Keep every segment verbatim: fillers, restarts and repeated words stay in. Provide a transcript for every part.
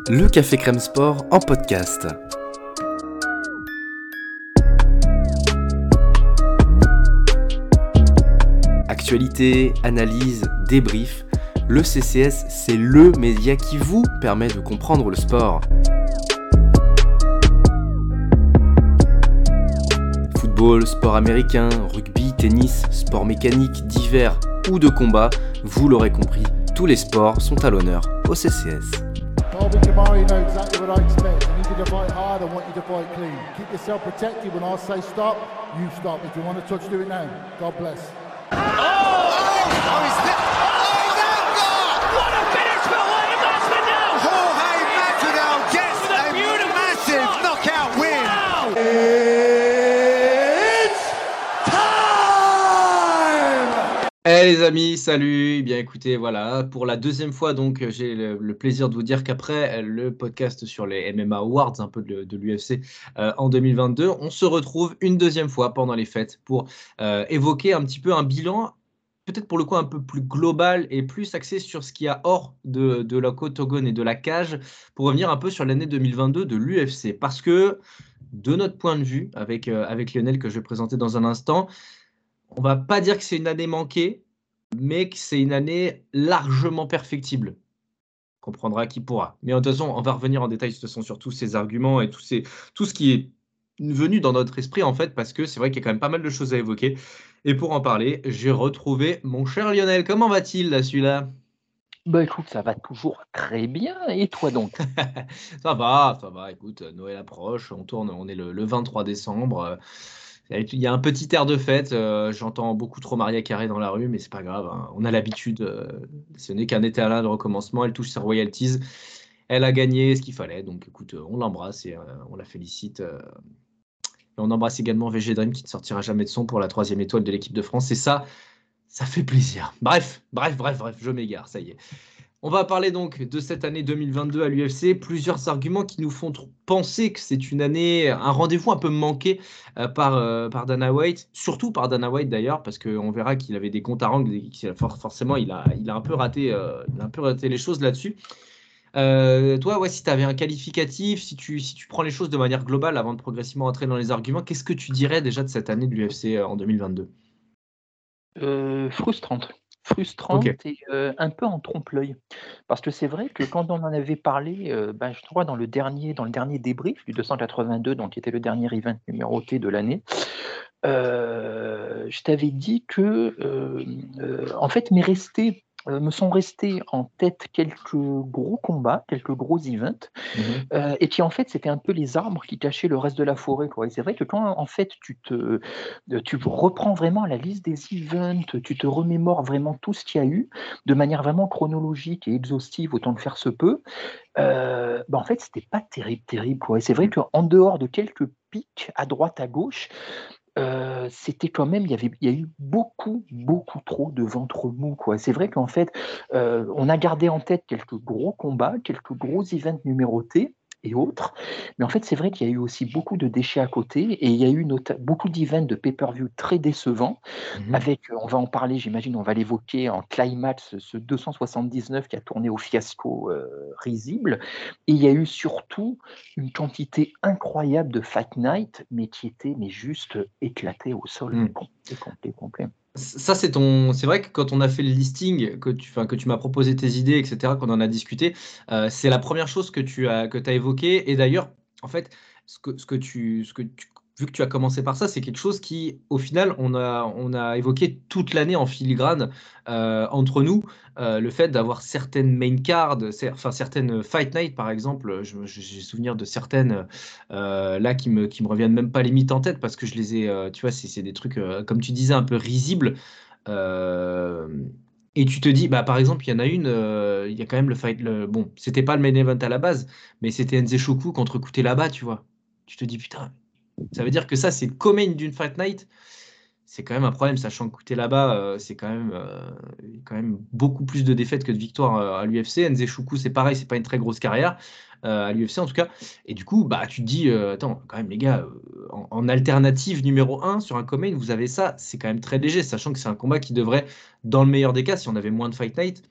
Le Café Crème Sport en podcast. Actualité, analyse, débrief, le C C S, c'est le média qui vous permet de comprendre le sport. Football, sport américain, rugby, tennis, sport mécanique, divers ou de combat, vous l'aurez compris, tous les sports sont à l'honneur au C C S. Colby Kamari know exactly what I expect. I need you to fight hard, I want you to fight clean. Keep yourself protected. When I say stop, you stop. If you want to touch, do it now. God bless. Oh! Oh! Oh, he's there. Oh, that God! What a finish for William Masvidal! Jorge Masvidal gets a, a massive shot. knockout win. Wow. It's time! Hey les amis, salut. Eh bien écoutez, voilà, pour la deuxième fois, donc j'ai le, le plaisir de vous dire qu'après le podcast sur les M M A Awards, un peu de, de l'U F C euh, en deux mille vingt-deux, on se retrouve une deuxième fois pendant les fêtes pour euh, évoquer un petit peu un bilan, peut-être pour le coup un peu plus global et plus axé sur ce qu'il y a hors de, de l'octogone et de la cage, pour revenir un peu sur l'année deux mille vingt-deux de l'U F C. Parce que, de notre point de vue, avec, euh, avec Lionel que je vais présenter dans un instant, on va pas dire que c'est une année manquée, mais que c'est une année largement perfectible. On comprendra qui pourra. Mais de toute façon, on va revenir en détail de toute façon, sur tous ces arguments et tous ces, tout ce qui est venu dans notre esprit, en fait, parce que c'est vrai qu'il y a quand même pas mal de choses à évoquer. Et pour en parler, j'ai retrouvé mon cher Lionel. Comment va-t-il, là, celui-là? Bah écoute, ça va toujours très bien. Et toi donc? Ça va, ça va. Écoute, Noël approche, on tourne, on est le, le vingt-trois décembre. euh, Il y a un petit air de fête. euh, J'entends beaucoup trop Maria Carré dans la rue, mais c'est pas grave, hein, on a l'habitude. euh, ce n'est qu'un éternel recommencement. Elle touche ses royalties. Elle a gagné ce qu'il fallait. Donc écoute, euh, on l'embrasse et euh, on la félicite. euh. Et on embrasse également V G Dream qui ne sortira jamais de son pour la troisième étoile de l'équipe de France. Et ça, ça fait plaisir. Bref, bref, bref, bref, je m'égare, ça y est. On va parler donc de cette année deux mille vingt-deux à l'U F C. Plusieurs arguments qui nous font tr- penser que c'est une année, un rendez-vous un peu manqué euh, par, euh, par Dana White, surtout par Dana White d'ailleurs, parce qu'on verra qu'il avait des comptes à rendre et qu'il a for- forcément il a, il a un peu raté, euh, il a un peu raté les choses là-dessus. Euh, toi, ouais, si tu avais un qualificatif, si tu, si tu prends les choses de manière globale avant de progressivement entrer dans les arguments, qu'est-ce que tu dirais déjà de cette année de l'U F C euh, en deux mille vingt-deux? Euh, frustrante. Ok. Frustrante et euh, un peu en trompe-l'œil. Parce que c'est vrai que quand on en avait parlé, euh, ben, je crois dans le dernier, dans le dernier débrief du deux cent quatre-vingt-deux, donc qui était le dernier event numéroté de l'année, euh, je t'avais dit que euh, euh, en fait m'est resté, euh, me sont restés en tête quelques gros combats, quelques gros events. Mhm. Euh, et qui en fait c'était un peu les arbres qui cachaient le reste de la forêt, quoi. Et c'est vrai que quand en fait tu te euh, tu reprends vraiment la liste des events, tu te remémores vraiment tout ce qu'il y a eu de manière vraiment chronologique et exhaustive autant que faire se peut, euh, bah en fait c'était pas terrible terrible, quoi. Et c'est vrai qu'en dehors de quelques pics à droite à gauche, euh, c'était quand même, il y avait, il y a eu beaucoup, beaucoup trop de ventre mou, quoi. C'est vrai qu'en fait, euh, on a gardé en tête quelques gros combats, quelques gros events numérotés et autres, mais en fait, c'est vrai qu'il y a eu aussi beaucoup de déchets à côté et il y a eu nota- beaucoup d'events de pay-per-view très décevants, Mhm. avec, euh, on va en parler, j'imagine, on va l'évoquer en climax, ce deux cent soixante-dix-neuf qui a tourné au fiasco euh, risible, et il y a eu surtout une quantité incroyable de Fight Night, mais qui était mais juste éclaté au sol, Mm. mais complet, complet, complet. Ça, c'est ton. C'est vrai que quand on a fait le listing, que tu, enfin, que tu m'as proposé tes idées, et cetera, qu'on en a discuté, euh, c'est la première chose que tu as, que tu as évoquée. Et d'ailleurs, en fait, ce que, ce que tu, ce que tu, vu que tu as commencé par ça, c'est quelque chose qui, au final, on a, on a évoqué toute l'année en filigrane euh, entre nous. Euh, le fait d'avoir certaines main cards, cer- enfin certaines fight night, par exemple, je- je- j'ai souvenir de certaines euh, là qui me, qui me reviennent même pas limite en tête parce que je les ai, euh, tu vois, c'est c'est des trucs, euh, comme tu disais, un peu risibles. Euh, et tu te dis, bah, par exemple, il y en a une, euh, il y a quand même le fight, le, bon, c'était pas le main event à la base, mais c'était Nzeshoku contre Kutelaba, tu vois. Tu te dis, putain, ça veut dire que ça, c'est le co-main d'une fight night. C'est quand même un problème, sachant que Kutelaba, euh, c'est quand même, euh, quand même beaucoup plus de défaites que de victoires euh, à l'U F C. Nzeshoku, c'est pareil, c'est pas une très grosse carrière euh, à l'U F C en tout cas. Et du coup, bah, tu te dis, euh, attends, quand même, les gars, euh, en, en alternative numéro un sur un co-main, vous avez ça, c'est quand même très léger, sachant que c'est un combat qui devrait, dans le meilleur des cas, si on avait moins de Fight Night,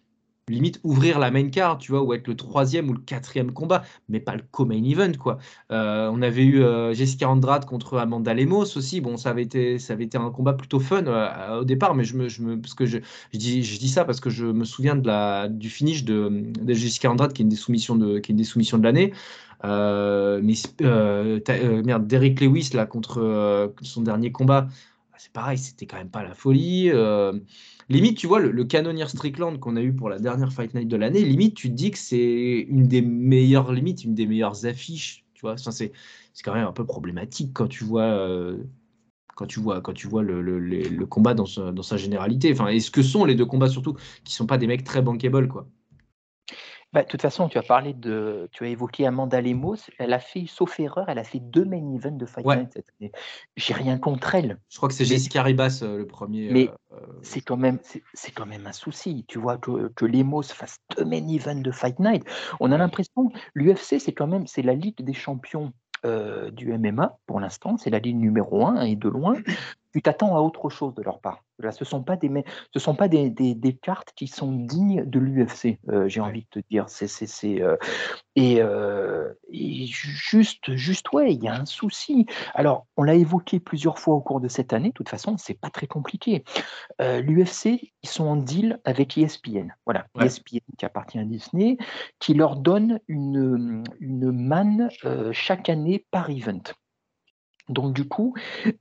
limite ouvrir la main card, tu vois, ou être le troisième ou le quatrième combat, mais pas le co-main event, quoi. Euh, on avait eu euh, Jessica Andrade contre Amanda Lemos aussi. Bon, ça avait été, ça avait été un combat plutôt fun euh, au départ, mais je me, je me, parce que je, je dis, je dis ça parce que je me souviens de la, du finish de, de Jessica Andrade, qui est une des soumissions de, qui est une des soumissions de l'année. Euh, mais euh, t'as- euh, merde, Derrick Lewis là contre euh, son dernier combat, c'est pareil, c'était quand même pas la folie. Euh, limite, tu vois, le, le Cannonier Strickland qu'on a eu pour la dernière Fight Night de l'année, limite, tu te dis que c'est une des meilleures, limite, une des meilleures affiches, tu vois. Enfin, c'est, c'est quand même un peu problématique quand tu vois, euh, quand tu vois, quand tu vois le, le, le- le combat dans sa, dans sa généralité. Enfin, et ce que sont les deux combats surtout, qui sont pas des mecs très bankable, quoi. Bah, de toute façon, tu as parlé de tu as évoqué Amanda Lemos, elle a fait, sauf erreur, elle a fait deux main events de Fight Ouais, Night cette année. J'ai rien contre elle, je crois que c'est mais Jessica Ribas euh, le premier. euh, mais euh, c'est quand même c'est c'est quand même un souci, tu vois? Que que Lemos fasse deux main events de Fight Night. On a ouais. l'impression l'U F C, c'est quand même c'est la ligue des champions, heu, du M M A pour l'instant, c'est la ligue numéro un et de loin. Tu t'attends à autre chose de leur part. Là, ce sont pas des mais ce sont pas des des des cartes qui sont dignes de l'U F C, heu, j'ai Ouais. envie de te dire. C'est c'est c'est, heu et heu et juste juste ouais, il y a un souci. Alors, on l'a évoqué plusieurs fois au cours de cette année, de toute façon, c'est pas très compliqué. Heu, L'U F C, ils sont en deal avec E S P N. Voilà, Ouais. E S P N qui appartient à Disney, qui leur donne une, une manne, heu, chaque année par event. Donc du coup,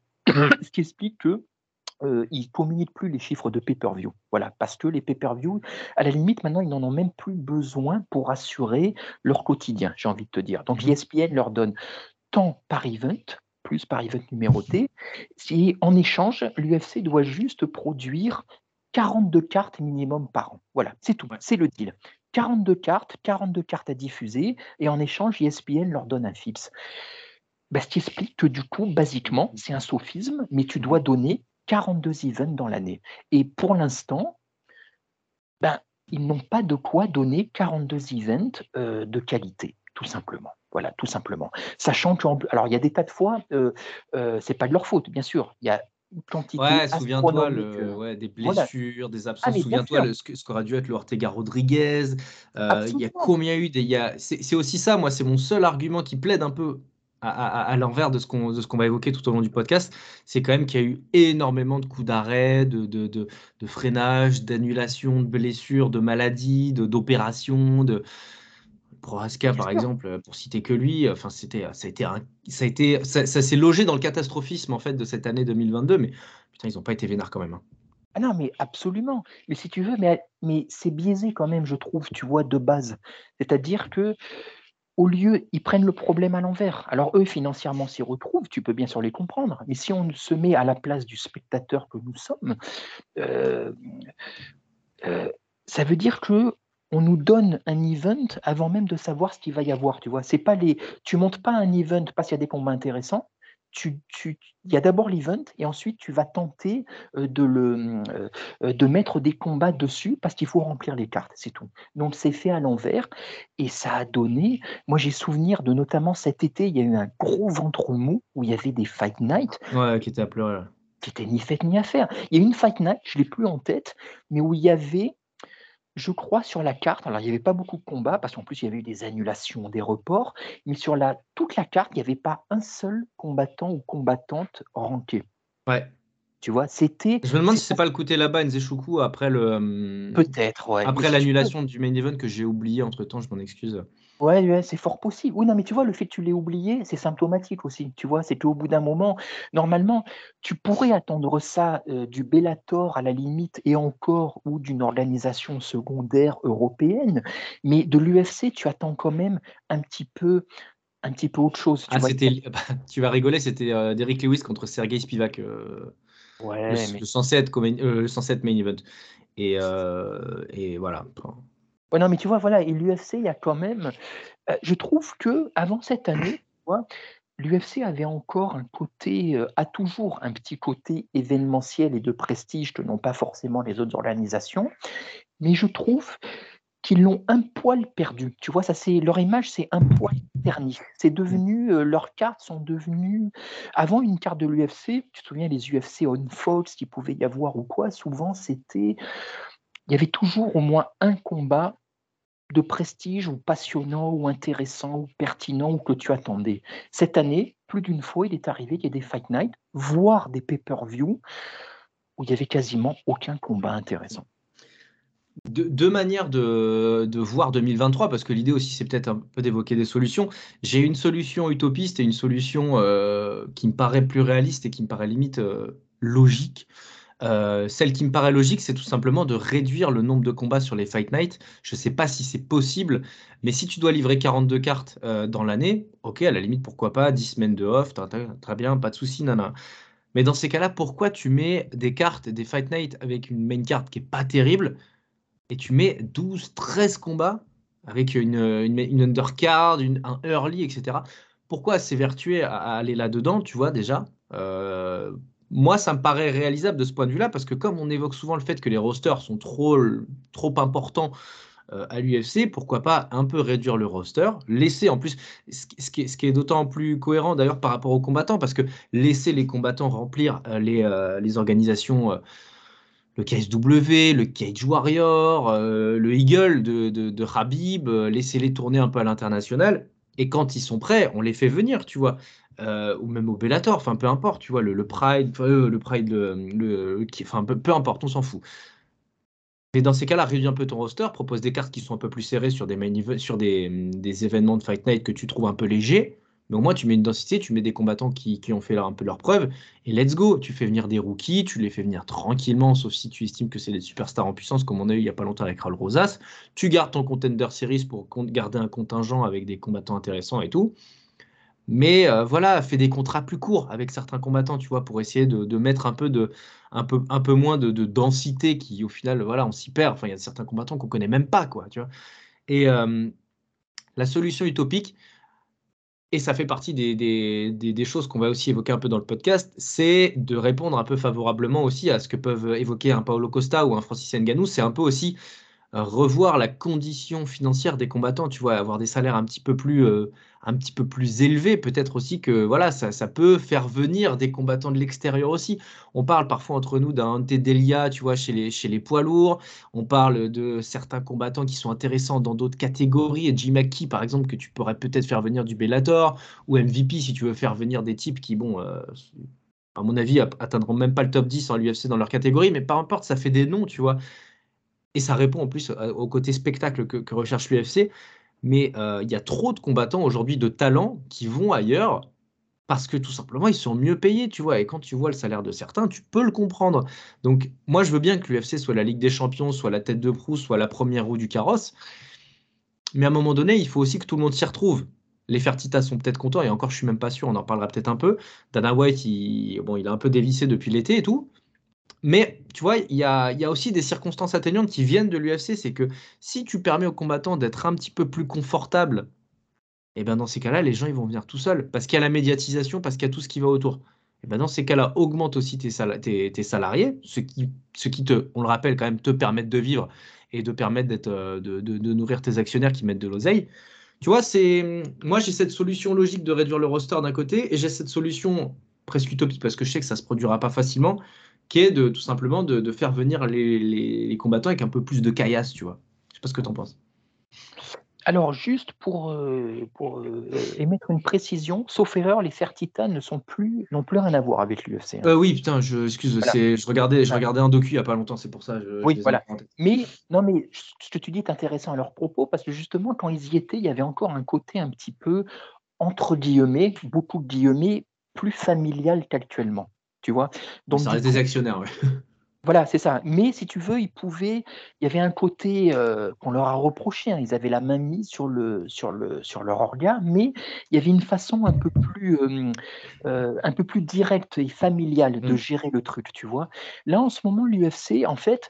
ce qui explique que Heu, ils communiquent plus les chiffres de pay-per-view. Voilà, parce que les pay-per-view, à la limite, maintenant, ils n'en ont même plus besoin pour assurer leur quotidien, j'ai envie de te dire. Donc Mhm. E S P N leur donne tant par event, plus par event numéroté. Si en échange, l'U F C doit juste produire quarante-deux cartes minimum par an. Voilà, c'est tout, Ouais. c'est le deal. quarante-deux cartes, quarante-deux cartes à diffuser et en échange, E S P N leur donne un fixe. Bah, ce qui explique que du coup, basiquement, c'est un sophisme, mais tu dois Mhm. donner quarante-deux events dans l'année. Et pour l'instant, ben, ils n'ont pas de quoi donner quarante-deux events euh, de qualité, tout simplement. Voilà, tout simplement. Sachant qu'en alors il y a des tas de fois, euh, euh, c'est pas de leur faute, bien sûr. Il y a une quantité Ouais, souviens-toi astronomique. le, euh, ouais, des voilà. blessures, des Ah, absences. mais bien Souviens-toi sûr, le, ce que- ce qu'aurait dû être le Ortega Rodriguez. Euh, il y a absolument. combien eu des. il y a- C'est c'est aussi ça, moi, c'est mon seul argument qui plaide un peu à, à- à l'envers de ce qu'on de ce qu'on va évoquer tout au long du podcast. C'est quand même qu'il y a eu énormément de coups d'arrêt, de, de, de, de freinage, d'annulation, de blessures, de maladies, de, d'opérations, de. Prohaska, Bien par sûr. exemple, euh, pour citer que lui, enfin, c'était, ça a été, un- ça a été, ça, ça s'est logé dans le catastrophisme en fait de cette année deux mille vingt-deux, mais putain, ils n'ont pas été vénards quand même, hein. Ah non, mais absolument. Mais si tu veux, mais, mais c'est biaisé quand même, je trouve, tu vois, de base. C'est-à-dire que au lieu, ils prennent le problème à l'envers. Alors eux, financièrement, s'y retrouvent, tu peux bien sûr les comprendre, mais si on se met à la place du spectateur que nous sommes, heu heu, ça veut dire que on nous donne un event avant même de savoir ce qu'il va y avoir, tu vois? C'est pas les tu montes pas un event parce qu'il y a des combats intéressants, tu tu il y a d'abord l'event et ensuite tu vas tenter, heu, de le, mmh, heu de mettre des combats dessus parce qu'il faut remplir les cartes, c'est tout. Donc c'est fait à l'envers et ça a donné moi j'ai souvenir de notamment cet été, il y a eu un gros ventre mou où il y avait des fight night Ouais, qui était à pleurer, là. qui étaient ni faites ni à faire. Il y a eu une fight night, je l'ai plus en tête, mais où il y avait je crois sur la carte, alors il y avait pas beaucoup de combats parce qu'en plus il y avait eu des annulations, des reports, mais sur la toute la carte, il y avait pas un seul combattant ou combattante ranké. Ouais. Tu vois? C'était Je me demande c'est si c'est pas pas le côté là-bas, Nzeshuku, après le, euh, peut-être, ouais, mais après si tu veux l'annulation du main event que j'ai oublié entre-temps, je m'en excuse. ouais, ouais, c'est fort possible. Oui, non, mais tu vois, le fait que tu l'aies oublié, c'est symptomatique aussi, tu vois? C'est qu'au bout d'un moment, normalement, tu pourrais attendre ça, heu, du Bellator à la limite et encore ou d'une organisation secondaire européenne, mais de l'U F C, tu attends quand même un petit peu un petit peu autre chose, tu Ah, vois? c'était, bah, tu vas rigoler, c'était euh, Derrick Lewis contre Sergei Spivak, euh, le, Ouais, mais le censé être co-main- euh, le censé être main event. Et, euh, et voilà. Enfin, ouais, non, mais tu vois, voilà et l'U F C, il y a quand même, heu, je trouve qu'avant cette année, tu vois, l'U F C avait encore un côté, heu, a toujours un petit côté événementiel et de prestige que n'ont pas forcément les autres organisations, mais je trouve qu'ils l'ont un poil perdu. Tu vois, ça c'est leur image, c'est un poil ternie. C'est devenu, heu, leurs cartes sont devenues avant une carte de l'U F C, tu te souviens les U F C on Fox qu'il pouvait y avoir ou quoi, souvent c'était il y avait toujours au moins un combat de prestige ou passionnant ou intéressant ou pertinent ou que tu attendais. Cette année, plus d'une fois, il est arrivé qu'il y ait des Fight Night, voire des pay-per-view, où il y avait quasiment aucun combat intéressant. Deux, deux manières de, de voir deux mille vingt-trois, parce que l'idée aussi, c'est peut-être un peu d'évoquer des solutions. J'ai une solution utopiste et une solution euh, qui me paraît plus réaliste et qui me paraît limite euh, logique. Euh, celle qui me paraît logique, c'est tout simplement de réduire le nombre de combats sur les Fight Night. Je ne sais pas si c'est possible, mais si tu dois livrer quarante-deux cartes euh, dans l'année, ok, à la limite, pourquoi pas, dix semaines de off, t'as- t'as- très bien, pas de souci, nana. Mais dans ces cas-là, pourquoi tu mets des cartes, des Fight Night avec une main card qui est pas terrible et tu mets douze, treize combats avec une, une, une undercard, une, un early, et cetera. Pourquoi s'évertuer à, à aller là-dedans, tu vois, déjà Euh, Moi, ça me paraît réalisable de ce point de vue-là, parce que comme on évoque souvent le fait que les rosters sont trop, trop importants euh, à l'U F C, pourquoi pas un peu réduire le roster, laisser en plus, ce, qui- ce qui est, ce qui est d'autant plus cohérent d'ailleurs par rapport aux combattants, parce que laisser les combattants remplir euh, les, euh, les organisations... euh, le K S W, le Cage Warrior, euh, le Eagle de, de, de Khabib, euh, laissez-les tourner un peu à l'international. Et quand ils sont prêts, on les fait venir, tu vois. Euh, ou même au Bellator, enfin peu importe, tu vois, le, le Pride, euh, le Pride, le, le- qui- enfin peu, peu importe, on s'en fout. Mais dans ces cas-là, réduis un peu ton roster, propose des cartes qui sont un peu plus serrées sur des, main eve- sur des, des événements de Fight Night que tu trouves un peu légers. Mais au moins, tu mets une densité, tu mets des combattants qui, qui ont fait leur- un peu leur preuve. Et let's go. Tu fais venir des rookies, tu les fais venir tranquillement, sauf si tu estimes que c'est des superstars en puissance, comme on a eu il n'y a pas longtemps avec Raul Rosas. Tu gardes ton Contender Series pour con- garder un contingent avec des combattants intéressants et tout. Mais euh, voilà, fais des contrats plus courts avec certains combattants, tu vois, pour essayer de, de mettre un peu, de, un peu, un peu moins de, de densité qui, au final, voilà, on s'y perd. Enfin, il y a certains combattants qu'on connaît même pas, quoi, tu vois. Et euh, la solution utopique, et ça fait partie des, des, des, des choses qu'on va aussi évoquer un peu dans le podcast, c'est de répondre un peu favorablement aussi à ce que peuvent évoquer un Paulo Costa ou un Francis Ngannou. C'est un peu aussi euh, revoir la condition financière des combattants, tu vois, avoir des salaires un petit peu plus, euh, un petit peu plus élevés, peut-être aussi que voilà, ça, ça peut faire venir des combattants de l'extérieur aussi. On parle parfois entre nous d'un Ante Delia, tu vois, chez les, chez les poids lourds. On parle de certains combattants qui sont intéressants dans d'autres catégories. Et Jim Mackey, par exemple, que tu pourrais peut-être faire venir du Bellator, ou M V P si tu veux faire venir des types qui, bon, euh, à mon avis, atteindront même pas le top dix en U F C dans leur catégorie, mais peu importe, ça fait des noms, tu vois. Et ça répond en plus euh, au côté spectacle que, que recherche l'U F C. Mais euh, il y a trop de combattants aujourd'hui de talent qui vont ailleurs parce que tout simplement ils sont mieux payés, tu vois. Et quand tu vois le salaire de certains, tu peux le comprendre. Donc moi je veux bien que l'U F C soit la Ligue des Champions, soit la tête de proue, soit la première roue du carrosse. Mais à un moment donné, il faut aussi que tout le monde s'y retrouve. Les Fertitas sont peut-être contents, et encore je suis même pas sûr, on en parlera peut-être un peu. Dana White, il, bon, il a un peu dévissé depuis l'été et tout. Mais tu vois, il y a, il y a aussi des circonstances atténuantes qui viennent de l'U F C. C'est que si tu permets aux combattants d'être un petit peu plus confortables, et ben dans ces cas-là, les gens ils vont venir tout seuls. Parce qu'il y a la médiatisation, parce qu'il y a tout ce qui va autour. Et ben dans ces cas-là, augmente aussi tes, sal- tes, tes salariés, ce qui, ce qui te, on le rappelle quand même, te permettent de vivre et de permettre d'être, euh, de, de- de nourrir tes actionnaires qui mettent de l'oseille. Tu vois, c'est, moi j'ai cette solution logique de réduire le roster d'un côté et j'ai cette solution presque utopique parce que je sais que ça se produira pas facilement, qui est de tout simplement de, de faire venir les, les- les combattants avec un peu plus de caillasse, tu vois. Je sais pas ce que tu en penses. Alors, juste pour, euh, pour euh, émettre une précision, sauf erreur, les Fertitas ne sont plus, n'ont plus rien à voir avec l'U F C. Hein. Euh, oui, putain, je, excuse, Voilà. c'est, je regardais, je Ah, regardais un docu il y a pas longtemps, c'est pour ça, je, je oui, les ai voilà. encore en tête. Mais non, mais ce que tu dis est intéressant à leur propos parce que justement, quand ils y étaient, il y avait encore un côté un petit peu entre guillemets, beaucoup de guillemets, plus familial qu'actuellement. Tu vois? Mais Donc ça du reste des coup, actionnaires, ouais. voilà, c'est ça. Mais si tu veux, ils pouvaient il y avait un côté, heu, qu'on leur a reproché, hein. Ils avaient la main mise sur le sur le sur leur orga, mais il y avait une façon un peu plus, hem, heu, un peu plus directe et familiale de Mm. gérer le truc, tu vois? Là, en ce moment, l'U F C, en fait,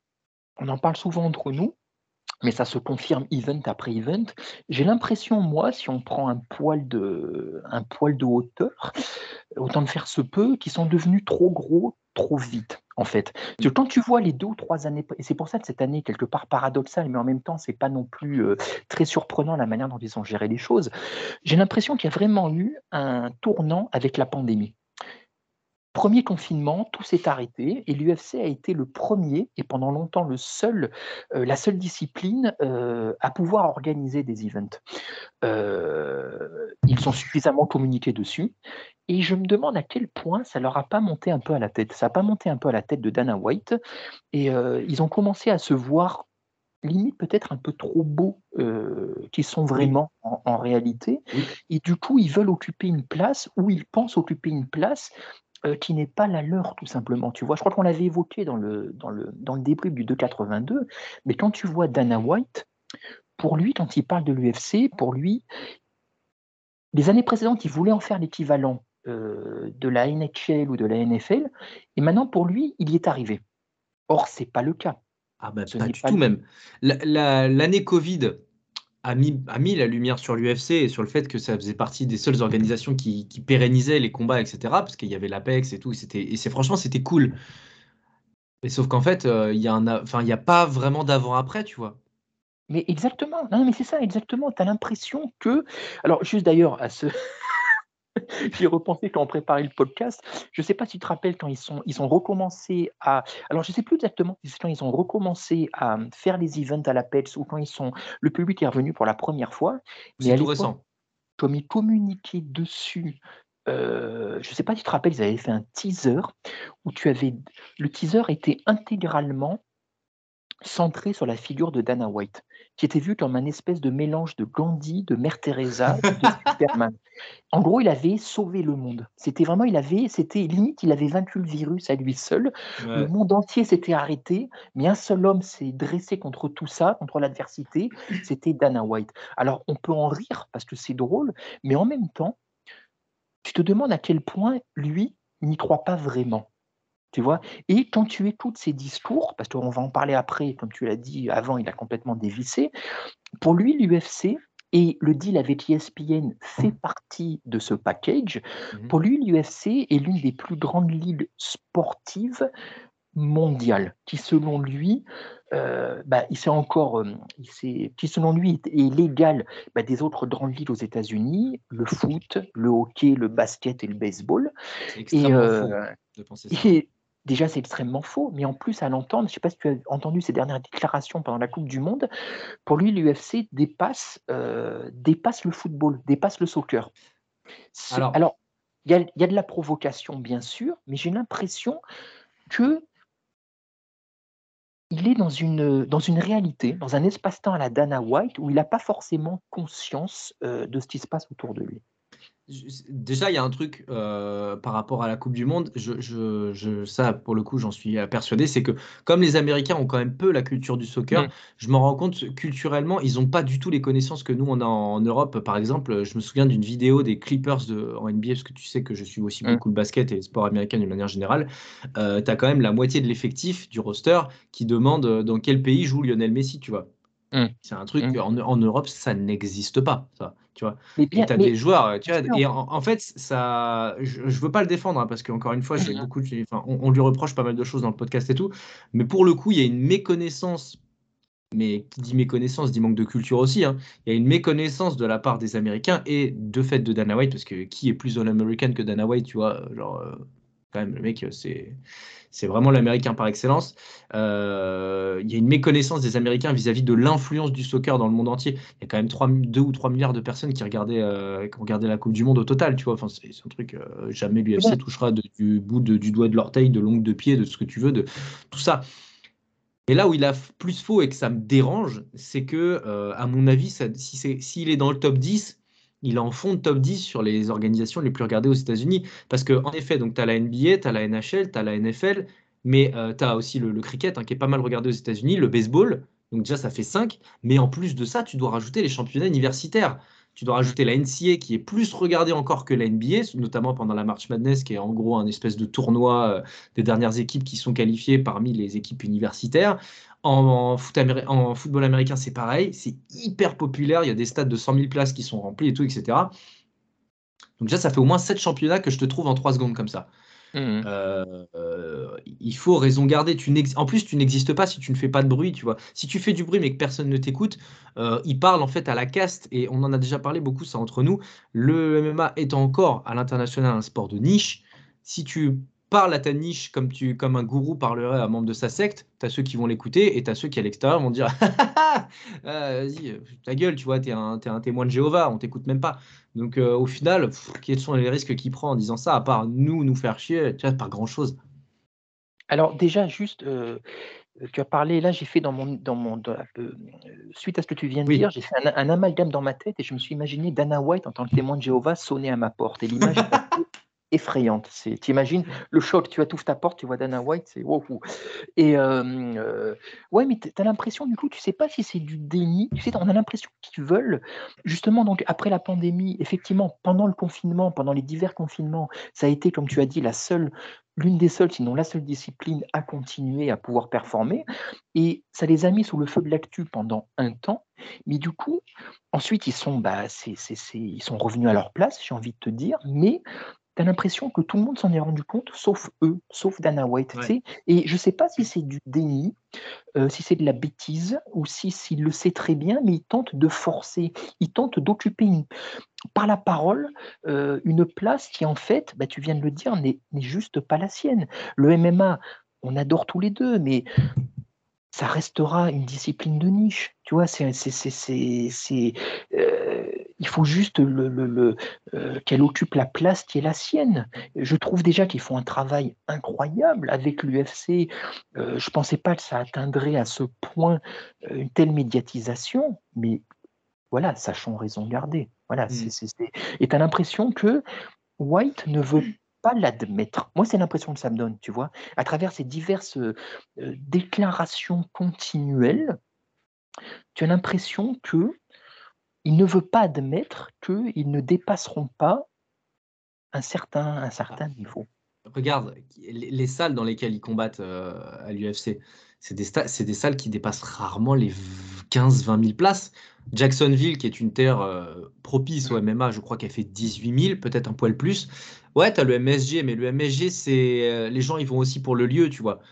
on en parle souvent entre nous, mais ça se confirme event après event. J'ai l'impression, moi, si on prend un poil de un poil de hauteur, autant de faire se peut, qu'ils sont devenus trop gros, trop vite, en fait. Parce que quand tu vois les deux ou trois années et c'est pour ça que cette année est quelque part paradoxale, mais en même temps, c'est pas non plus, heu, très surprenant la manière dont ils ont géré les choses. J'ai l'impression qu'il y a vraiment eu un tournant avec la pandémie. Premier confinement, tout s'est arrêté et l'U F C a été le premier et pendant longtemps le seul, heu, la seule discipline, heu, à pouvoir organiser des events. Heu, ils ont suffisamment communiqué dessus et je me demande à quel point ça leur a pas monté un peu à la tête. Ça a pas monté un peu à la tête de Dana White et heu, ils ont commencé à se voir limite peut-être un peu trop beaux, heu, qu'ils sont Oui, vraiment en en réalité oui. et du coup, ils veulent occuper une place ou ils pensent occuper une place, heu, qui n'est pas la leur tout simplement, tu vois? Je crois qu'on l'avait évoqué dans le dans le dans le débrief du deux quatre-vingt-deux, mais quand tu vois Dana White, pour lui, quand il parle de l'U F C, pour lui, les années précédentes, il voulait en faire l'équivalent, heu, de la N H L ou de la N F L et maintenant pour lui, il y est arrivé. Or, c'est pas le cas. Ah bah, Ce pas n'est du pas tout le même. La la l'année Covid a mis a mis la lumière sur l'U F C et sur le fait que ça faisait partie des seules organisations qui qui pérennisaient les combats et cetera, parce qu'il y avait l'Apex et tout, c'était et c'est franchement, c'était cool. Mais sauf qu'en fait, heu, il y a un a enfin, il y a pas vraiment d'avant-après, tu vois? mais exactement, non, mais c'est ça, exactement. Tu as l'impression que alors juste d'ailleurs à ce j'y ai repensé quand on préparait le podcast. Je ne sais pas si tu te rappelles quand ils sont ils ont recommencé à alors je ne sais plus exactement si c'est quand ils ont recommencé à, mmh, faire les events à l'Apex ou quand ils sont le public est revenu pour la première fois, mais C'est à tout l'époque, récent. comme ils communiquaient dessus, heu, je ne sais pas si tu te rappelles, ils avaient fait un teaser où tu avais le teaser était intégralement centré sur la figure de Dana White, qui était vu comme un espèce de mélange de Gandhi, de Mère Teresa et de Superman. En gros, il avait sauvé le monde. C'était vraiment il avait c'était limite, il avait vaincu le virus à lui seul. Le Ouais. monde entier s'était arrêté, mais un seul homme s'est dressé contre tout ça, contre l'adversité, c'était Dana White. Alors on peut en rire parce que c'est drôle, mais en même temps, tu te demandes à quel point lui n'y croit pas vraiment. Tu vois? Et quand tu écoutes ses discours, parce qu'on va en parler après, comme tu l'as dit avant, il a complètement dévissé. Pour lui, l'U F C et le deal avec E S P N fait partie de ce package. Mmh mh. Pour lui, l'U F C est l'une des plus grandes ligues sportives mondiales qui, selon lui, heu, bah, il s'est encore, hem, il s'est qui selon lui est est l'égal, bah, des autres grandes ligues aux États-Unis, le foot, le hockey, le basket et le baseball C'est et extrêmement heu faux de penser ça. et déjà, c'est extrêmement faux, mais en plus, à l'entendre, je ne sais pas si tu as entendu ses dernières déclarations pendant la coupe du monde, pour lui, l'U F C dépasse, heu, dépasse le football, dépasse le soccer. C'est Alors, alors, il y a il y a de la provocation, bien sûr, mais j'ai l'impression qu'il est dans une, dans une réalité, dans un espace-temps à la Dana White où il n'a pas forcément conscience, heu, de ce qui se passe autour de lui. j s déjà, il y a un truc, heu, par rapport à la coupe du monde, je je je ça, pour le coup, j'en suis, heu, persuadé, c'est que comme les Américains ont quand même peu la culture du soccer, Mmh, je me rends compte culturellement, ils ont pas du tout les connaissances que nous on a en Europe. Par exemple, heu, je me souviens d'une vidéo des Clippers de en N B A, parce que tu sais que je suis aussi mmh, beaucoup le basket et les sports américains d'une manière générale. Heu, tu as quand même la moitié de l'effectif du roster qui demande, heu, dans quel pays joue Lionel Messi, tu vois? mmh, C'est un truc mmh. en en Europe, ça n'existe pas, ça, tu vois? Mais Et bien tu as des mais joueurs, heu, tu bien vois? sûr. Et en en fait, ça je je veux pas le défendre, hein, parce qu'encore une fois, j'ai Mmh beaucoup de enfin, on on lui reproche pas mal de choses dans le podcast et tout, mais pour le coup, il y a une méconnaissance, mais qui dit méconnaissance dit manque de culture aussi, hein. Il y a une méconnaissance de la part des Américains et de fait de Dana White, parce que qui est plus All American que Dana White, tu vois? Genre, heu, quand même le mec, heu, c'est c'est vraiment l'américain par excellence. Heu, il y a une méconnaissance des Américains vis-à-vis de l'influence du soccer dans le monde entier. Il y a quand même trois deux ou trois milliards de personnes qui regardaient, heu, qui ont regardé la coupe du monde au total, tu vois? Enfin, c'est c'est un truc, heu, jamais Eh ben, l'U F C touchera de du bout de du doigt de l'orteil, de l'ongle de pied, de ce que tu veux, de tout ça. Et là où il a f plus faux et que ça me dérange, c'est que, heu, à mon avis, ça si c'est s'il est dans le top dix, il est en fond de top dix sur les organisations les plus regardées aux États-Unis. Parce qu'en effet, donc tu as la N B A, tu as la N H L, tu as la N F L, mais heu, tu as aussi le le cricket, hein, qui est pas mal regardé aux États-Unis, le baseball, donc déjà ça fait cinq. Mais en plus de ça, tu dois rajouter les championnats universitaires. Tu dois mmh, rajouter la N C A A qui est plus regardée encore que la N B A, notamment pendant la March Madness qui est en gros un espèce de tournoi, heu, des dernières équipes qui sont qualifiées parmi les équipes universitaires. En foot améri en football américain, c'est pareil, c'est hyper populaire, il y a des stades de cent mille places qui sont remplis et tout et cetera. Donc déjà, ça fait au moins sept championnats que je te trouve en trois secondes comme ça. mmh mh. Heu, il faut raison garder. Tu n'ex en plus, tu n'existes pas si tu ne fais pas de bruit, tu vois? Si tu fais du bruit mais que personne ne t'écoute, heu, ils parlent en fait à la caste et on en a déjà parlé beaucoup ça entre nous. Le M M A étant encore à l'international un sport de niche, si tu parle à ta niche comme, tu, comme un gourou parlerait à un membre de sa secte. Tu as ceux qui vont l'écouter et tu as ceux qui, à l'extérieur, vont dire ah, vas-y, euh, ta gueule, tu vois, tu es un, t'es un témoin de Jéhovah, on t'écoute même pas. Donc, euh, au final, pff, quels sont les risques qu'il prend en disant ça, à part nous, nous faire chier, tu vois, pas grand-chose. Alors déjà, juste, euh, tu as parlé, là j'ai fait dans mon, dans mon dans la- euh, suite à ce que tu viens de Oui. dire, j'ai fait un, un amalgame dans ma tête et je me suis imaginé Dana White en tant que témoin de Jéhovah sonner à ma porte. Et l'image est assez effrayante. C'est, t'imagines le choc, tu ouvres ta porte, tu vois Dana White, c'est wow. wow. Et euh, euh, ouais, mais tu as l'impression, du coup, tu sais pas si c'est du déni. Tu sais, on a l'impression qu'ils veulent, justement, donc après la pandémie, effectivement, pendant le confinement, pendant les divers confinements, ça a été, comme tu as dit, la seule, l'une des seules, sinon la seule discipline à continuer à pouvoir performer. Et ça les a mis sous le feu de l'actu pendant un temps. Mais du coup, ensuite, ils sont, bah, c'est, c'est, c'est, ils sont revenus à leur place, j'ai envie de te dire, mais tu as l'impression que tout le monde s'en est rendu compte, sauf eux, sauf Dana White. tu Ouais. sais. Et je ne sais pas si c'est du déni, euh, si c'est de la bêtise, ou si s'il le sait très bien, mais il tente de forcer, il tente d'occuper une- par la parole euh, une place qui, en fait, bah, tu viens de le dire, n'est n'est juste pas la sienne. Le M M A, on adore tous les deux, mais ça restera une discipline de niche. Tu vois, c'est, c'est, c'est, c'est, c'est, euh, il faut juste le, le- le, euh, qu'elle occupe la place qui est la sienne. Je trouve déjà qu'ils font un travail incroyable avec l'U F C. Euh, je ne pensais pas que ça atteindrait à ce point euh, une telle médiatisation, mais voilà, sachons raison garder. Voilà, Mm. c'est, c'est, c'est- Et tu as l'impression que White ne veut pas l'admettre. Moi, c'est l'impression que ça me donne, tu vois, à travers ces diverses euh, euh, déclarations continuelles, tu as l'impression que il ne veut pas admettre qu'ils ne dépasseront pas un certain, un certain niveau. Regarde, les, les salles dans lesquelles ils combattent euh, à l'U F C, c'est des, sta- c'est des salles qui dépassent rarement les quinze vingt mille places. Jacksonville, qui est une terre euh, propice au M M A, je crois qu'elle fait dix-huit mille, peut-être un poil plus. Ouais, tu as le M S G, mais le M S G, c'est euh, les gens, ils vont aussi pour le lieu, tu vois.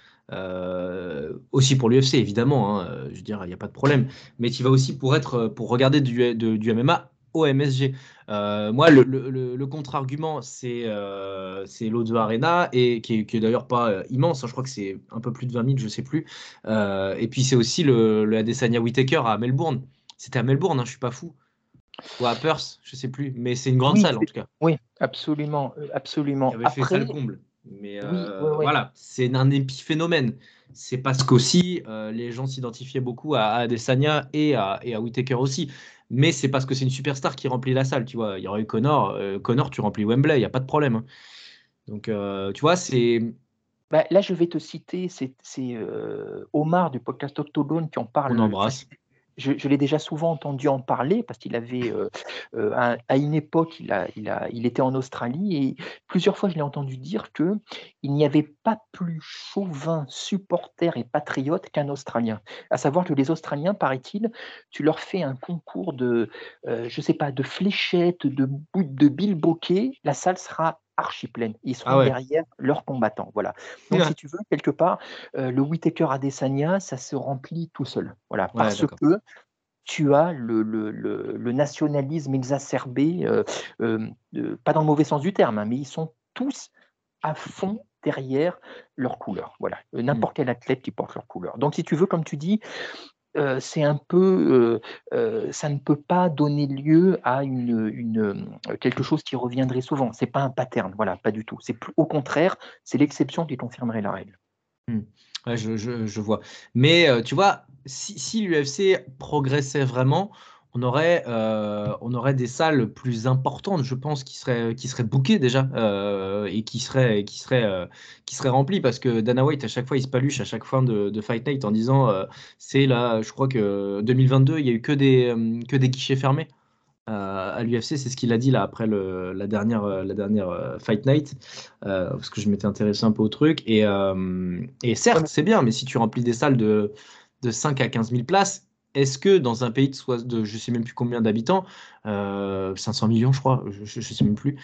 Euh, aussi pour l'U F C, évidemment, hein, euh, je veux dire, il n'y a pas de problème. Mais tu vas aussi pour être, pour regarder du, de- du M M A au M S G. Euh, moi, le, le- le- le contre-argument, c'est euh, c'est l'O deux Arena, et, qui est, qui est d'ailleurs pas euh, immense, hein, je crois que c'est un peu plus de vingt mille, je sais plus. Euh, et puis c'est aussi le, le Adesanya Whittaker à Melbourne. C'était à Melbourne, hein, je suis pas fou. Ou à Perth, je sais plus. Mais c'est une grande Oui, salle en c'est- tout cas, oui, absolument, euh, qui absolument. avait fait Après, salle comble. Mais oui, ouais, euh, ouais. voilà, c'est un épiphénomène. C'est parce qu'aussi euh, les gens s'identifiaient beaucoup à, à Adesanya et à, et à Whittaker aussi. Mais c'est parce que c'est une superstar qui remplit la salle, tu vois. Il y aurait eu Connor. euh, Connor, tu remplis Wembley, il n'y a pas de problème, hein. Donc, euh, tu vois, c'est. Bah, là, je vais te citer, c'est c'est, euh, Omar du podcast Octogone qui en On parle. Enfin, embrasse. je, je l'ai déjà souvent entendu en parler parce qu'il avait, euh, euh, à, à une époque, il, a, il, a, il était en Australie et plusieurs fois, je l'ai entendu dire que il n'y avait pas plus chauvin, supporter et patriote qu'un Australien. À savoir que les Australiens, paraît-il, tu leur fais un concours de, euh, je sais pas, de fléchettes, de, bou- de bilboquets, la salle sera archi pleine. Ils Ah seront ouais. derrière leurs combattants. Voilà. Donc, si tu veux, quelque part, euh, le Whittaker Adesanya, ça se remplit tout seul. Voilà, Ouais, parce d'accord. que tu as le, le- le- le nationalisme exacerbé, euh, euh, euh, pas dans le mauvais sens du terme, hein, mais ils sont tous à fond derrière leur couleur. Voilà, Euh, Hmm. n'importe quel athlète qui porte leur couleur. Donc, si tu veux, comme tu dis, euh, c'est un peu, euh, euh, ça ne peut pas donner lieu à une, une, euh, quelque chose qui reviendrait souvent. C'est pas un pattern, voilà, pas du tout. C'est plus, au contraire, c'est l'exception qui confirmerait la règle. Hmm. Ouais, je, je- je vois. Mais euh, tu vois, si, si l'U F C progressait vraiment, on aurait, euh, on aurait des salles plus importantes, je pense, qui seraient, qui seraient bookées déjà euh, et qui seraient, qui seraient, euh, qui seraient remplies parce que Dana White, à chaque fois, il se paluche à chaque fin de, de Fight Night en disant euh, c'est là, je crois que deux mille vingt-deux, il y a eu que des, euh, que des guichets fermés. Euh, à l'U F C, c'est ce qu'il a dit là après le, la dernière, euh, la dernière euh, Fight Night, euh, parce que je m'étais intéressé un peu au truc. Et, euh, et Ouais, certes, mais c'est bien, mais si tu remplis des salles de, de cinq à quinze mille places, est-ce que dans un pays de, soi- de je sais même plus combien d'habitants, euh, cinq cents millions, je crois, je, je, je sais même plus,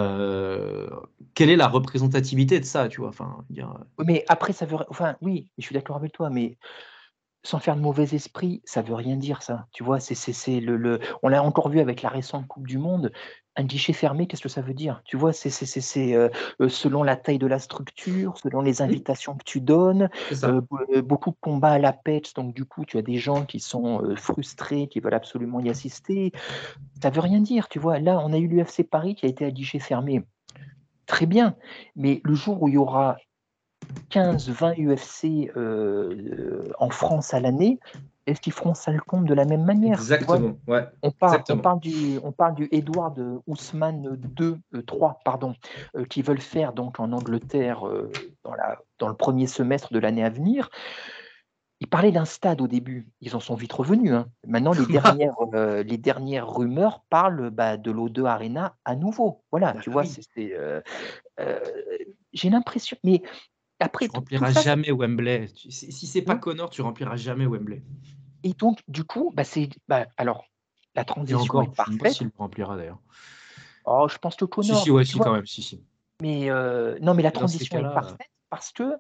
euh, quelle est la représentativité de ça, tu vois, enfin, je veux dire, mais après, ça veut. Enfin, oui, je suis d'accord avec toi, mais sans faire de mauvais esprit, ça veut rien dire ça. Tu vois, c'est c'est c'est le le on l'a encore vu avec la récente coupe du monde, un guichet fermé, qu'est-ce que ça veut dire? Tu vois, c'est c'est c'est c'est, heu heu, selon la taille de la structure, selon les Oui, invitations que tu donnes, c'est heu, ça. be heu, beaucoup de combats à la pète, donc du coup, tu as des gens qui sont, heu, frustrés, qui veulent absolument y assister. Ça veut rien dire, tu vois? Là, on a eu l'U F C Paris qui a été à guichet fermé. Très bien, mais le jour où il y aura quinze vingt U F C, heu, en France à l'année, est-ce qu'ils feront ça le compte de la même manière? Tu vois? Exactement, ouais, On parle on exactement. parle du on parle du Edward, heu, Ousmane deux, heu, trois pardon, heu, qu'ils veulent faire donc en Angleterre, heu, dans la dans le premier semestre de l'année à venir. Ils parlaient d'un stade au début, ils en sont vite revenus, hein. Maintenant les dernières, heu, les dernières rumeurs parlent, bah, de l'O deux Arena à nouveau. Voilà, Bah tu vois? oui, C'est c'est, heu heu, j'ai l'impression mais après tu t tout rempliras ça, ça jamais Wembley. Tu si si c'est pas mmh Conor, tu rempliras jamais Wembley. et donc du coup, bah, c'est bah, alors la Et transition est encore, je sais même pas parfaite. s'il le remplira d'ailleurs. Oh, je pense que Si, si, Conor, ouais, tu si vois? quand même, si, si. Mais heu, non, mais la Mais dans ces transition est cas-là, heu, parfaite parce que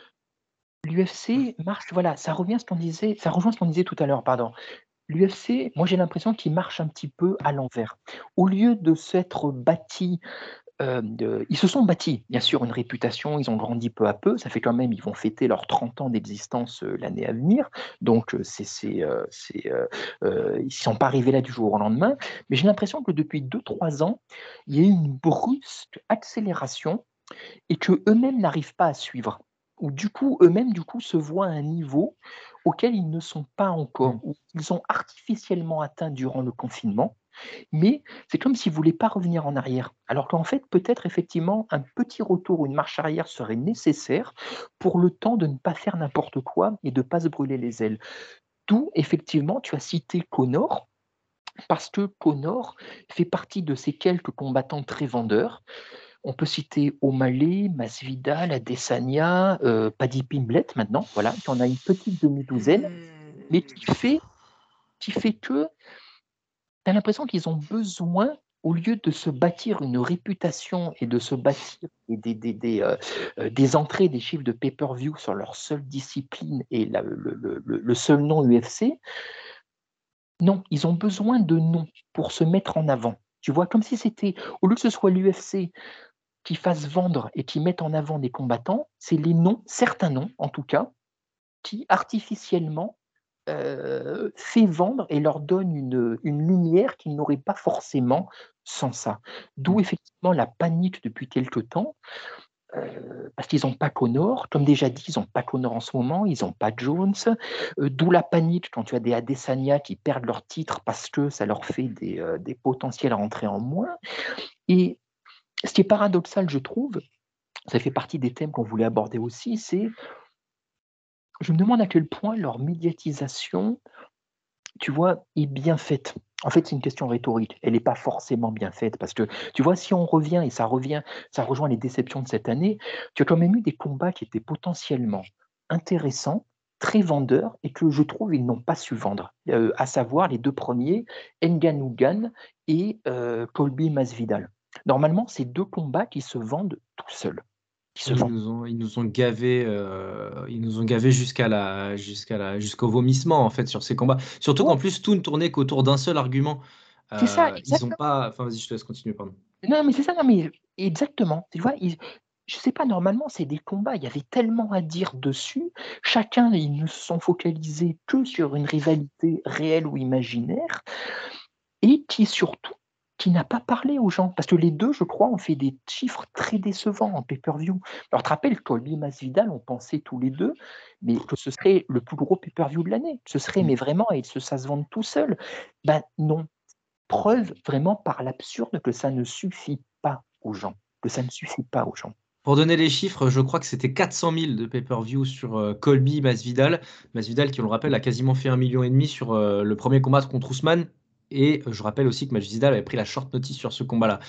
l'U F C marche voilà, ça revient à ce qu'on disait ça rejoint ce qu'on disait tout à l'heure, pardon. L'U F C, moi j'ai l'impression qu'il marche un petit peu à l'envers. Au lieu de s'être bâti, hem, de ils se sont bâtis, bien sûr, une réputation, ils ont grandi peu à peu, ça fait quand même ils vont fêter leurs trente ans d'existence, heu, l'année à venir, donc heu, c'est c'est, heu c'est, heu heu, ils ne sont pas arrivés là du jour au lendemain, mais j'ai l'impression que depuis deux trois ans, il y a eu une brusque accélération et qu'eux-mêmes n'arrivent pas à suivre. Ou du coup, eux-mêmes, du coup, se voient à un niveau auquel ils ne sont pas encore, mmh. ou ils ont artificiellement atteint durant le confinement, mais c'est comme s'ils ne voulaient pas revenir en arrière. Alors qu'en fait, peut-être effectivement, un petit retour ou une marche arrière serait nécessaire pour le temps de ne pas faire n'importe quoi et de ne pas se brûler les ailes. D'où, effectivement, tu as cité Connor, parce que Connor fait partie de ces quelques combattants très vendeurs. On peut citer O'Malley, Masvidal, Adesanya, heu, Paddy Pimblett maintenant, voilà, qui en a une petite demi-douzaine, mais qui fait qui fait que tu as l'impression qu'ils ont besoin, au lieu de se bâtir une réputation et de se bâtir des des des des, heu heu, des entrées, des chiffres de pay-per-view sur leur seule discipline et la le le le le seul nom U F C, non, ils ont besoin de noms pour se mettre en avant. Tu vois? Comme si c'était au lieu que ce soit l'U F C qui fassent vendre et qui mettent en avant des combattants, c'est les noms, certains noms en tout cas, qui artificiellement, heu, fait vendre et leur donne une, une lumière qu'ils n'auraient pas forcément sans ça. D'où Mmh. effectivement la panique depuis quelque temps, heu, parce qu'ils n'ont pas Conor. Comme déjà dit, ils n'ont pas Conor en ce moment, ils n'ont pas Jones, heu, d'où la panique quand tu as des Adesanya qui perdent leur titre parce que ça leur fait des, heu, des potentielles rentrées en moins et ce qui est paradoxal, je trouve, ça fait partie des thèmes qu'on voulait aborder aussi, c'est je me demande à quel point leur médiatisation, tu vois, est bien faite. En fait, c'est une question rhétorique. Elle n'est pas forcément bien faite parce que, tu vois, si on revient et ça revient, ça rejoint les déceptions de cette année, tu as quand même eu des combats qui étaient potentiellement intéressants, très vendeurs et que je trouve ils n'ont pas su vendre. Heu, à savoir les deux premiers, Ngannou Gane et heu, Colby Masvidal. Normalement, c'est deux combats qui se vendent tout seuls, qui se Ils vendent. nous ont ils nous ont gavés, heu, ils nous ont gavés jusqu'à la jusqu'à la jusqu'au vomissement, en fait, sur ces combats. Surtout Ouais, qu'en plus, tout ne tournait qu'autour d'un seul argument. c'est ça, Heu, ils ont exactement. pas enfin, vas-y, je te laisse continuer, pardon. Non, mais c'est ça, non, mais exactement. Tu vois? Ils je sais pas, normalement, c'est des combats, il y avait tellement à dire dessus. Chacun, ils ne se sont focalisés que sur une rivalité réelle ou imaginaire et qui surtout, qui n'a pas parlé aux gens. Parce que les deux, je crois, ont fait des chiffres très décevants en pay-per-view. Alors, tu te rappelles, Colby Masvidal, on pensait tous les deux, mais que ce serait le plus gros pay-per-view de l'année. Ce serait, Mmh. mais vraiment, et ce ça se vende tout seul. Ben non. Preuve vraiment par l'absurde que ça ne suffit pas aux gens, que ça ne suffit pas aux gens. Pour donner les chiffres, je crois que c'était quatre cent mille de pay-per-view sur, heu, Colby Masvidal. Masvidal qui, on le rappelle, a quasiment fait un million et demi sur, heu, le premier combat contre Ousmane et heu, je rappelle aussi que Masvidal avait pris la short notice sur ce combat-là.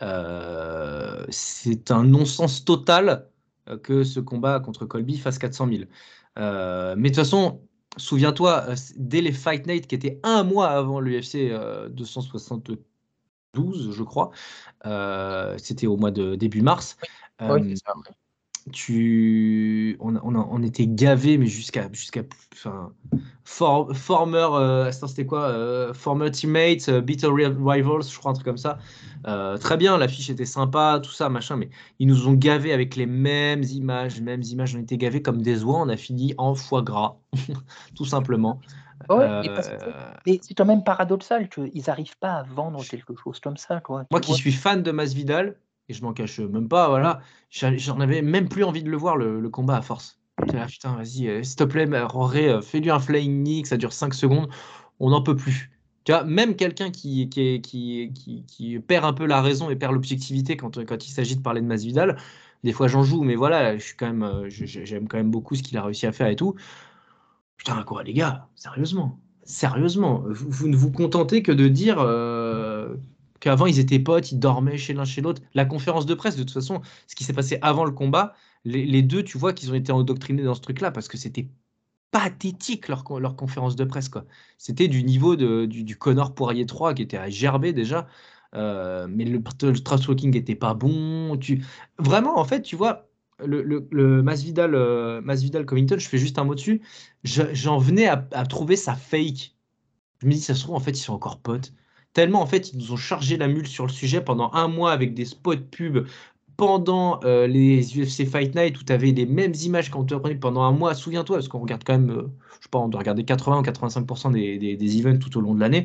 Heu, c'est un non-sens total, heu, que ce combat contre Colby fasse quatre cent mille. Heu, mais de toute façon, souviens-toi, heu, c dès les Fight Night qui étaient un mois avant l'U F C, heu, deux cent soixante-douze, je crois, heu, c'était au mois de début mars. Oui, c'est Hem, ça. tu, on, on, on était gavés, mais jusqu'à, jusqu'à, enfin, for, former, euh, c'était quoi, euh, former teammates, uh, bitter rivals, je crois un truc comme ça. Euh, très bien, l'affiche était sympa, tout ça, machin, mais ils nous ont gavés avec les mêmes images, mêmes images. On était gavés comme des oies, on a fini en foie gras, tout simplement. Ouais, mais, parce que, Euh, mais c'est quand même paradoxal qu'ils n'arrivent pas à vendre quelque chose comme ça, quoi. Moi Tu qui vois. suis fan de Masvidal, et je m'en cache même pas, voilà, j'a- j'en avais même plus envie de le voir le, le combat à force. J'étais là, putain, vas-y, euh, s'il te plaît, mais, Roré, euh, fais-lui un flying knee, que ça dure cinq secondes, on n'en peut plus. Tu vois, même quelqu'un qui, qui, est- qui, qui, qui perd un peu la raison et perd l'objectivité quand, quand il s'agit de parler de Masvidal, des fois j'en joue, mais voilà, je suis quand même, euh, je- je- j'aime quand même beaucoup ce qu'il a réussi à faire et tout. Putain, quoi, les gars, sérieusement, sérieusement, vous, vous ne vous contentez que de dire euh, qu'avant ils étaient potes, ils dormaient chez l'un chez l'autre. La conférence de presse, de toute façon, ce qui s'est passé avant le combat, les, les deux, tu vois qu'ils ont été endoctrinés dans ce truc-là parce que c'était pathétique leur, con- leur conférence de presse, quoi. C'était du niveau de, du, du Connor Poirier trois qui était à gerber déjà. Euh, mais le, le trash talking était pas bon. Tu... Vraiment, en fait, tu vois, le, le, le Masvidal, euh, Masvidal Covington, je fais juste un mot dessus. Je- j'en venais à, à trouver ça fake. Je me dis, ça se trouve, en fait, ils sont encore potes. Tellement, en fait, ils nous ont chargé la mule sur le sujet pendant un mois avec des spots pubs pendant euh, les U F C Fight Night où tu avais les mêmes images quand tu apprenais pendant un mois. Souviens-toi, parce qu'on regarde quand même, euh, je sais pas, on doit regarder quatre-vingts ou quatre-vingt-cinq pour cent des, des, des events tout au long de l'année.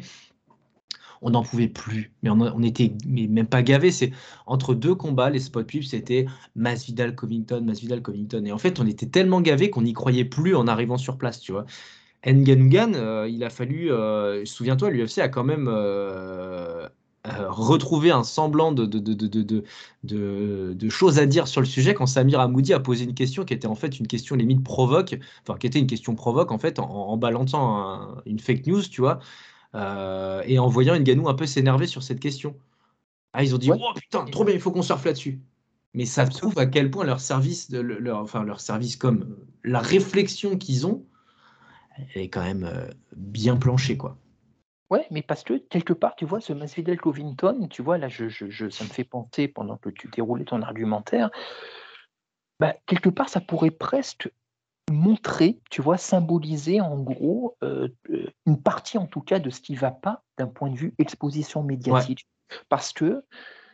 On n'en pouvait plus, mais on, on était mais même pas gavés. C'est entre deux combats, les spots pubs, c'était Masvidal Covington, Masvidal Covington. Et en fait, on était tellement gavés qu'on n'y croyait plus en arrivant sur place, tu vois. Ngannou, euh, il a fallu, euh, souviens-toi, l'U F C a quand même euh, euh, retrouvé un semblant de, de, de, de, de, de- de choses à dire sur le sujet quand Samir Hamoudi a posé une question qui était en fait une question limite provoque, enfin qui était une question provoque en fait en, en balançant un- une fake news, tu vois, euh, et en voyant Ngannou un peu s'énerver sur cette question. Ah, ils ont dit, Ouais, oh putain, trop bien, il faut qu'on surfe là-dessus. Mais ça prouve à absolument. quel point leur service, de- le- leur, enfin leur service comme euh, la réflexion qu'ils ont, elle est quand même euh, bien planchée, quoi. Ouais, mais parce que quelque part, tu vois, ce Masvidal Covington, tu vois, là, je, je, je- ça me fait penser pendant que tu déroulais ton argumentaire, bah, quelque part, ça pourrait presque montrer, tu vois, symboliser en gros euh, euh, une partie en tout cas de ce qui va pas d'un point de vue exposition Ouais, médiatique. Parce que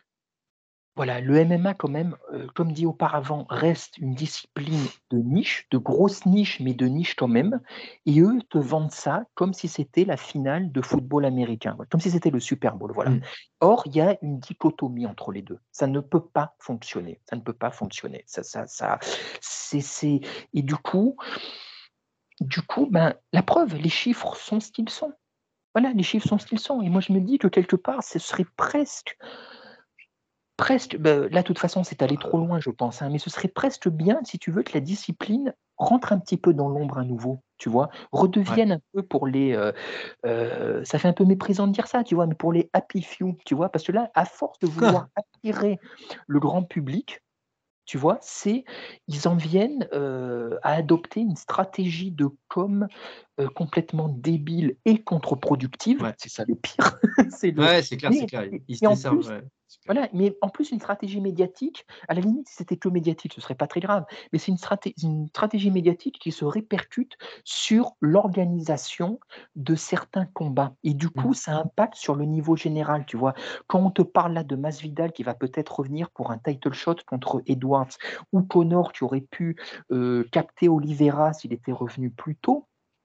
voilà, le M M A quand même, euh, comme dit auparavant, reste une discipline de niche, de grosse niche, mais de niche quand même. Et eux te vendent ça comme si c'était la finale de football américain, ouais, comme si c'était le Super Bowl. Voilà. mm. Or, il y a une dichotomie entre les deux. Ça ne peut pas fonctionner. Ça ne peut pas fonctionner. Ça, ça, ça, c'est, c'est... Et du coup, du coup, ben, la preuve, les chiffres sont ce qu'ils sont. Voilà, les chiffres sont ce qu'ils sont. Et moi, je me dis que quelque part, ce serait presque Presque, bah, là, de toute façon, c'est allé trop loin, je pense, hein, mais ce serait presque bien, si tu veux, que la discipline rentre un petit peu dans l'ombre à nouveau, tu vois, Ouais. redevienne un peu pour les, euh, euh, ça fait un peu méprisant de dire ça, tu vois, mais pour les happy few, tu vois, parce que là, à force de vouloir attirer le grand public, tu vois, c'est, ils en viennent euh, à adopter une stratégie de com euh, complètement débile et contre-productive, Ouais, c'est ça le pire, c'est le, ouais, c'est clair, c'est mais, clair. Ils se et en desservent, plus, ouais, c'est clair. voilà, mais en plus, une stratégie médiatique, à la limite, si c'était que médiatique, ce serait pas très grave, mais c'est une straté une stratégie médiatique qui se répercute sur l'organisation de certains combats et du Mm. coup, ça impacte sur le niveau général, tu vois? Quand on te parle là de Masvidal qui va peut-être revenir pour un title shot contre Edwards ou Conor qui aurait pu, heu, capter Oliveira s'il était revenu plus tôt,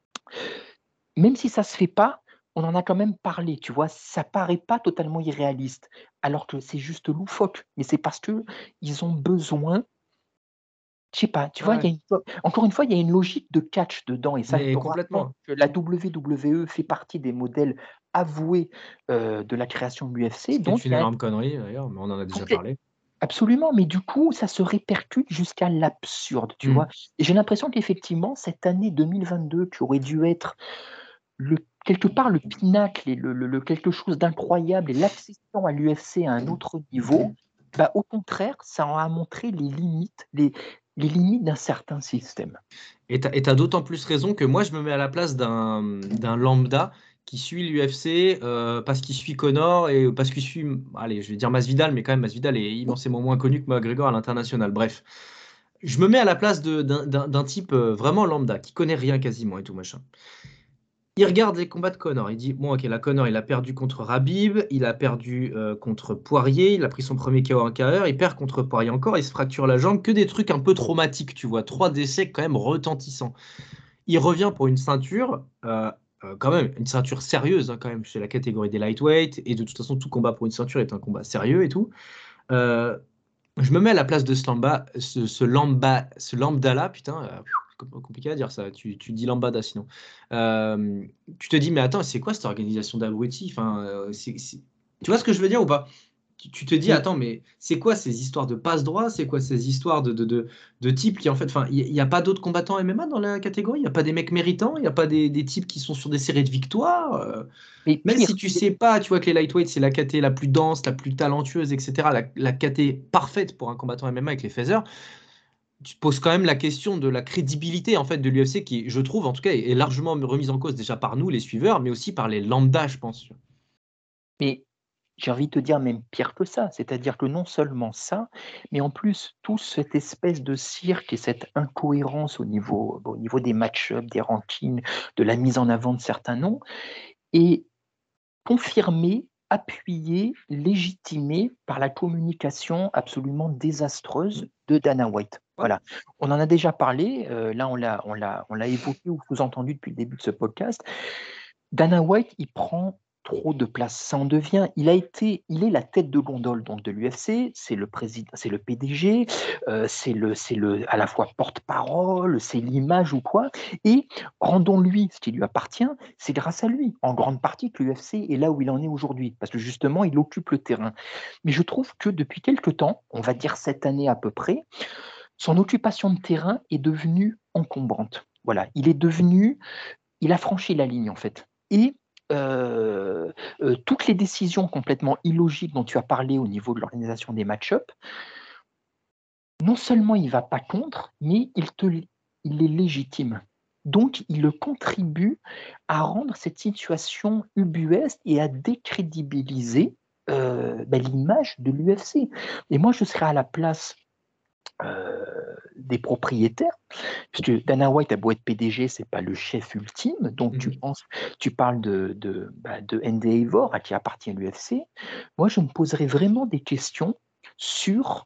même si ça se fait pas, on en a quand même parlé, tu vois? Ça paraît pas totalement irréaliste, alors que c'est juste loufoque, mais c'est parce qu'ils ont besoin, je sais pas, tu Ouais, vois? Il y ouais. a une encore une fois, il y a une logique de catch dedans et ça, Mais heureusement complètement. que la W W E fait partie des modèles avoués, heu, de la création de l'U F C, Ce qui donc est une il y a énorme connerie, d'ailleurs, mais on en a déjà complè parlé. absolument, mais du coup, ça se répercute jusqu'à l'absurde, tu vois? Mm. Et j'ai l'impression qu'effectivement, cette année deux mille vingt-deux qui aurait dû être le quelque part le pinacle et le le le quelque chose d'incroyable et l'accession à l'U F C à un autre niveau, bah, au contraire, ça en a montré les limites, les les limites d'un certain système. Et tu as d'autant plus raison que moi, je me mets à la place d'un d'un lambda qui suit l'U F C euh, parce qu'il suit Conor et parce qu'il suit, allez, je vais dire Masvidal, mais quand même, Masvidal est immensément moins connu que McGregor à l'international. Bref, je me mets à la place de- d'un d'un- d'un type euh, vraiment lambda, qui connaît rien quasiment et tout machin. Il regarde les combats de Conor. Il dit, bon, ok, la Conor, il a perdu contre Khabib, il a perdu euh, contre Poirier, il a pris son premier K O en carrière, il perd contre Poirier encore, il se fracture la jambe, que des trucs un peu traumatiques, tu vois. Trois décès quand même retentissants. Il revient pour une ceinture, euh, euh, quand même, une ceinture sérieuse, hein, quand même, chez la catégorie des lightweight, et de toute façon, tout combat pour une ceinture est un combat sérieux et tout. Euh, je me mets à la place de ce lamba, ce, ce lamba, ce lambda-là, putain, euh, c'est compliqué à dire ça, tu, tu dis lambada sinon. Euh, tu te dis, mais attends, c'est quoi cette organisation d'abrutis? Enfin, euh, c'est- c'est- tu vois ce que je veux dire ou pas? Tu, tu te dis, Mais attends, mais c'est quoi ces histoires de passe-droit? C'est quoi ces histoires de, de, de, de types qui, en fait, enfin, il n'y a pas d'autres combattants M M A dans la catégorie? Il n'y a pas des mecs méritants? Il n'y a pas des, des types qui sont sur des séries de victoires? Euh, mais même si pire, tu sais pas, tu vois que les lightweights, c'est la caté la plus dense, la plus talentueuse, et cetera. La, la caté parfaite pour un combattant M M A avec les feathers, tu te poses quand même la question de la crédibilité en fait de l'U F C qui, je trouve, en tout cas, est est largement remise en cause déjà par nous, les suiveurs, mais aussi par les lambda, je pense. mais j'ai envie de te dire même pire que ça. C'est-à-dire que non seulement ça, mais en plus, toute cette espèce de cirque et cette incohérence au niveau, au niveau des match-ups, des rankings, de la mise en avant de certains noms, est confirmé, appuyé, légitimé par la communication absolument désastreuse de Dana White. Ouais. Voilà, on en a déjà parlé, euh, là on l'a, on l'a, on l'a évoqué ou sous-entendu depuis le début de ce podcast. Dana White, il prend trop de place. Ça en devient. Il a été, il est la tête de gondole donc de l'U F C. C'est le président, c'est le P D G, euh, c'est le, c'est le, à la fois porte-parole, c'est l'image ou quoi. Et rendons-lui ce qui lui appartient. C'est grâce à lui, en grande partie, que l'U F C est là où il en est aujourd'hui, parce que justement, il occupe le terrain. Mais je trouve que depuis quelque temps, on va dire cette année à peu près, son occupation de terrain est devenue encombrante. Voilà, il est devenu, il a franchi la ligne en fait. Et euh, euh, toutes les décisions complètement illogiques dont tu as parlé au niveau de l'organisation des match-ups, non seulement il ne va pas contre, mais il, te, il est légitime. Donc, il contribue à rendre cette situation ubuesque et à décrédibiliser euh, ben, l'image de l'U F C. Et moi, je serais à la place euh, des propriétaires, puisque Dana White a beau être P D G, c'est pas le chef ultime. Donc tu Mhm. penses, tu parles de de, bah, de Andy Eivor à qui appartient l'U F C. Moi, je me poserais vraiment des questions sur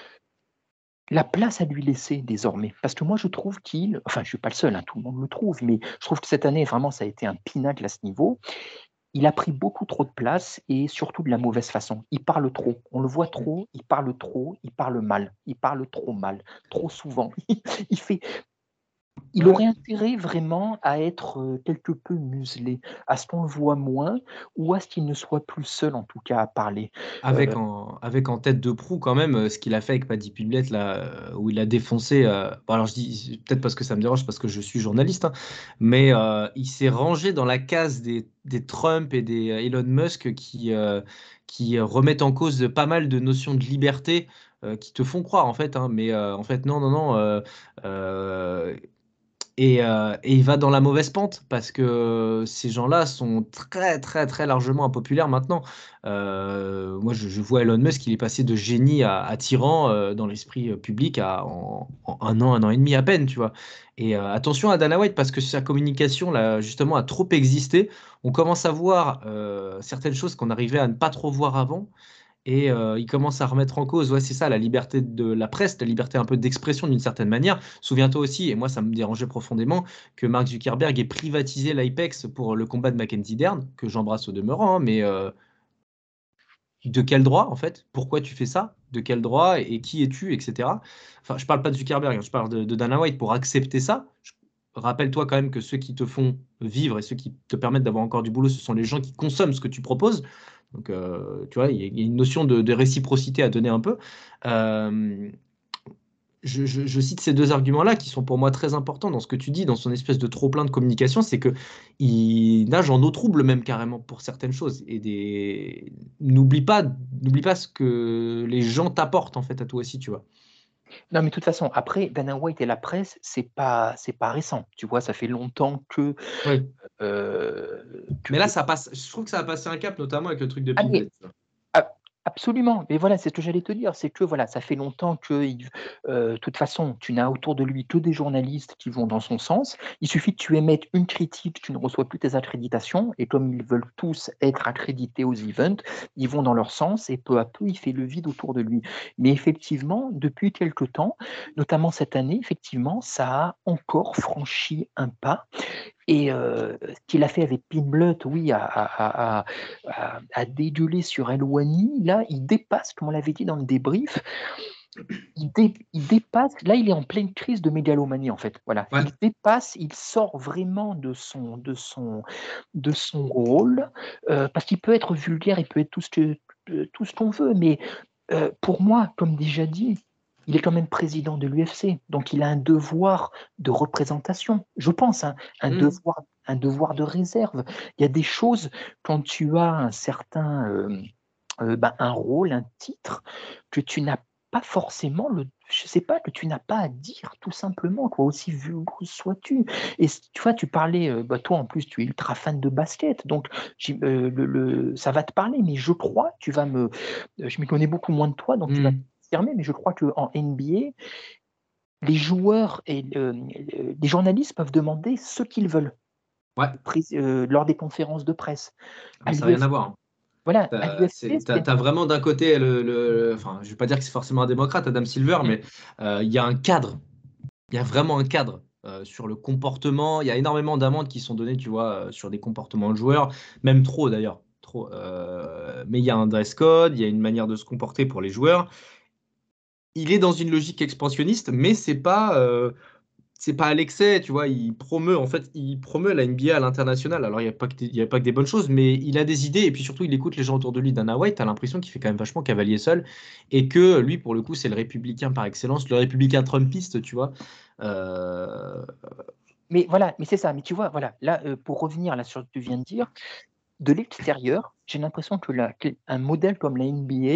la place à lui laisser désormais, parce que moi je trouve qu'il, enfin je suis pas le seul, hein, tout le monde le trouve, mais je trouve que cette année vraiment ça a été un pinacle à ce niveau. Il a pris beaucoup trop de place et surtout de la mauvaise façon. Il parle trop, on le voit trop, il parle trop, il parle mal, il parle trop mal, trop souvent. Il fait, il Ouais. aurait intérêt vraiment à être euh, quelque peu muselé, à ce qu'on le voit moins ou à ce qu'il ne soit plus seul en tout cas à parler. Avec Euh, en, avec en tête de proue quand même euh, ce qu'il a fait avec Paddy Pimblett là, euh, où il a défoncé. euh, bon, alors je dis peut-être parce que ça me dérange, parce que je suis journaliste, hein, mais euh, il s'est rangé dans la case des, des Trump et des euh, Elon Musk qui, euh, qui euh, remettent en cause pas mal de notions de liberté euh, qui te font croire en fait, hein, mais euh, en fait non, non, non. euh, euh, et, euh, et il va dans la mauvaise pente parce que ces gens-là sont très, très, très largement impopulaires maintenant. Euh, moi, je, je vois Elon Musk, il est passé de génie à, à tyran euh, dans l'esprit euh, public à, en, en un an, un an et demi à peine, tu vois. Et euh, attention à Dana White parce que sa communication, là, justement, a trop existé. On commence à voir euh, certaines choses qu'on arrivait à ne pas trop voir avant. Et euh, il commence à remettre en cause, ouais, c'est ça, la liberté de la presse, la liberté un peu d'expression d'une certaine manière. Souviens-toi aussi, et moi ça me dérangeait profondément, que Mark Zuckerberg ait privatisé l'Apex pour le combat de Mackenzie Dern, que j'embrasse au demeurant, hein, mais euh, de quel droit en fait? Pourquoi tu fais ça? De quel droit? Et, et qui es-tu? Etc. Enfin, je parle pas de Zuckerberg, hein, je parle de, de Dana White pour accepter ça. Je- Rappelle-toi quand même que ceux qui te font vivre et ceux qui te permettent d'avoir encore du boulot, ce sont les gens qui consomment ce que tu proposes. Donc, euh, tu vois, il y, a il y a une notion de, de réciprocité à donner un peu. Euh, je, je- je cite ces deux arguments-là qui sont pour moi très importants dans ce que tu dis, dans son espèce de trop-plein de communication, c'est que il nage en eau trouble même carrément pour certaines choses. Et des... n'oublie pas, n'oublie pas ce que les gens t'apportent en fait à toi aussi, tu vois. non, mais de toute façon, après, Dana White et la presse, c'est pas, c'est pas récent. Tu vois, ça fait longtemps que, Oui. euh, que, Mais là, que- ça passe. Je trouve que ça a passé un cap, notamment avec le truc de Ah, mais Pimblett, tu vois. a- Absolument, mais voilà, c'est ce que j'allais te dire, c'est que voilà, ça fait longtemps que, il heu, de toute façon, tu n'as autour de lui que des journalistes qui vont dans son sens. Il suffit que tu émettes une critique, tu ne reçois plus tes accréditations et comme ils veulent tous être accrédités aux events, ils vont dans leur sens et peu à peu, il fait le vide autour de lui. Mais effectivement, depuis quelque temps, notamment cette année, effectivement, ça a encore franchi un pas et heu, ce qu'il a fait avec Pimblett, oui, à à à à à à dégueuler sur Helwani, là, il dépasse, comme on l'avait dit dans le débrief, il dé il dépasse là, il est en pleine crise de mégalomanie, en fait, voilà. Ouais. Il dépasse, il sort vraiment de son de son de son rôle, heu, parce qu'il peut être vulgaire, il peut être tout ce que heu, tout ce qu'on veut, mais heu, pour moi, comme déjà dit, il est quand même président de l'U F C, donc il a un devoir de représentation, je pense, hein, un Mmh. devoir un devoir de réserve. Il y a des choses quand tu as un certain, hem, heu, ben, un rôle, un titre, que tu n'as pas forcément le je sais pas, que tu n'as pas à dire tout simplement, quoi, aussi vulgaire sois-tu et s tu vois, tu parlais, heu, bah, toi en plus tu es ultra fan de basket, donc j'im heu, le le ça va te parler, mais je crois, tu vas me heu, je m'y connais beaucoup moins que toi, donc tu vas me Mmh. confirmer, mais je crois qu'en N B A, les joueurs et hem, le les journalistes peuvent demander ce qu'ils veulent, Ouais, prés heu, lors des conférences de presse. ah À mais ça a rien l'U F C à voir, hein. voilà, Tu à as l'U F C, c'est tu as c'est tu as vraiment d'un côté le le enfin, je vais pas dire que c'est forcément un démocrate, Adam Silver, mmh, mais heu, il y a un cadre. Il y a vraiment un cadre, heu, sur le comportement. Il y a énormément d'amendes qui sont données, tu vois, heu, sur des comportements de joueurs, même trop d'ailleurs, trop, heu, mais il y a un dress code, il y a une manière de se comporter pour les joueurs. Il est dans une logique expansionniste, mais c'est pas, heu, c'est pas à l'excès, tu vois? Il promeut en fait, il promeut la N B A à l'international. Alors il y a pas que des il y a pas que des bonnes choses, mais il a des idées et puis surtout il écoute les gens autour de lui. Dana White, tu as l'impression qu'il fait quand même vachement cavalier seul et que lui, pour le coup, c'est le républicain par excellence, le républicain trumpiste, tu vois? Heu mais voilà, mais c'est ça, mais tu vois, voilà, là, heu, pour revenir là sur ce que tu viens de dire, de l'extérieur, j'ai l'impression que la que un modèle comme la N B A,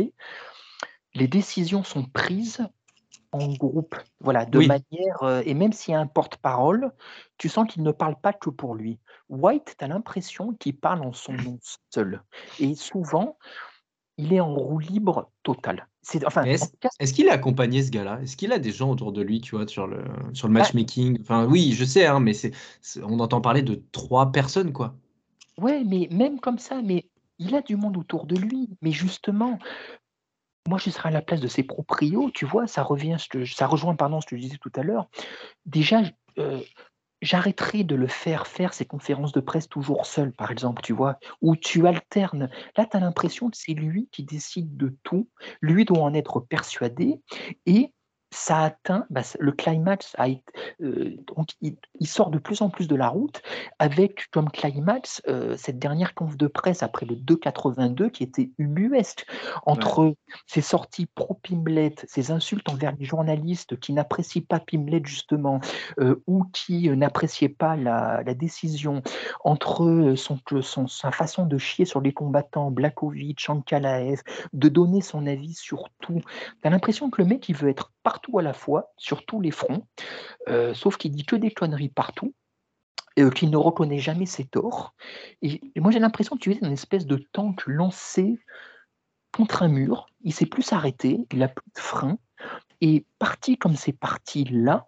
les décisions sont prises en groupe, voilà, de Oui, manière, heu et même s'il y a un porte-parole, tu sens qu'il ne parle pas que pour lui. White, tu as l'impression qu'il parle en son nom seul et souvent, il est en roue libre totale. C'est enfin, mais en est-ce tout cas, est-ce qu'il est accompagné ce gars-là? Est-ce qu'il a des gens autour de lui, tu vois, sur le sur le bah, matchmaking? Enfin oui, je sais, hein, mais c'est c'est on entend parler de trois personnes, quoi. ouais, mais même comme ça, mais il a du monde autour de lui, mais justement, moi, je serais à la place de ses proprios, tu vois? Ça revient ce que ça rejoint, pardon, ce que je disais tout à l'heure. Déjà, j heu, j'arrêterai de le faire faire ses conférences de presse toujours seul, par exemple, tu vois? Où tu alternes. Là, tu as l'impression que c'est lui qui décide de tout. Lui doit en être persuadé et ça atteint, bah, c le climax a été heu, donc il il sort de plus en plus de la route avec comme climax, heu, cette dernière conf de presse après le deux quatre-vingt-deux qui était ubuesque. Ouais. Entre ses sorties pro Pimblett, ses insultes envers les journalistes qui n'apprécient pas Pimblett justement, heu, ou qui, heu, n'appréciaient pas la la décision, entre, heu, son que son sa façon de chier sur les combattants, Blachowicz, Ankalaev, de donner son avis sur tout. Tu as l'impression que le mec, il veut être partout à la fois, sur tous les fronts, heu, sauf qu'il dit que des conneries partout, et heu, qu'il ne reconnaît jamais ses torts et et moi j'ai l'impression que tu es dans une espèce de tank lancé contre un mur, il sait plus s'arrêter, il a plus de frein et parti comme c'est parti là,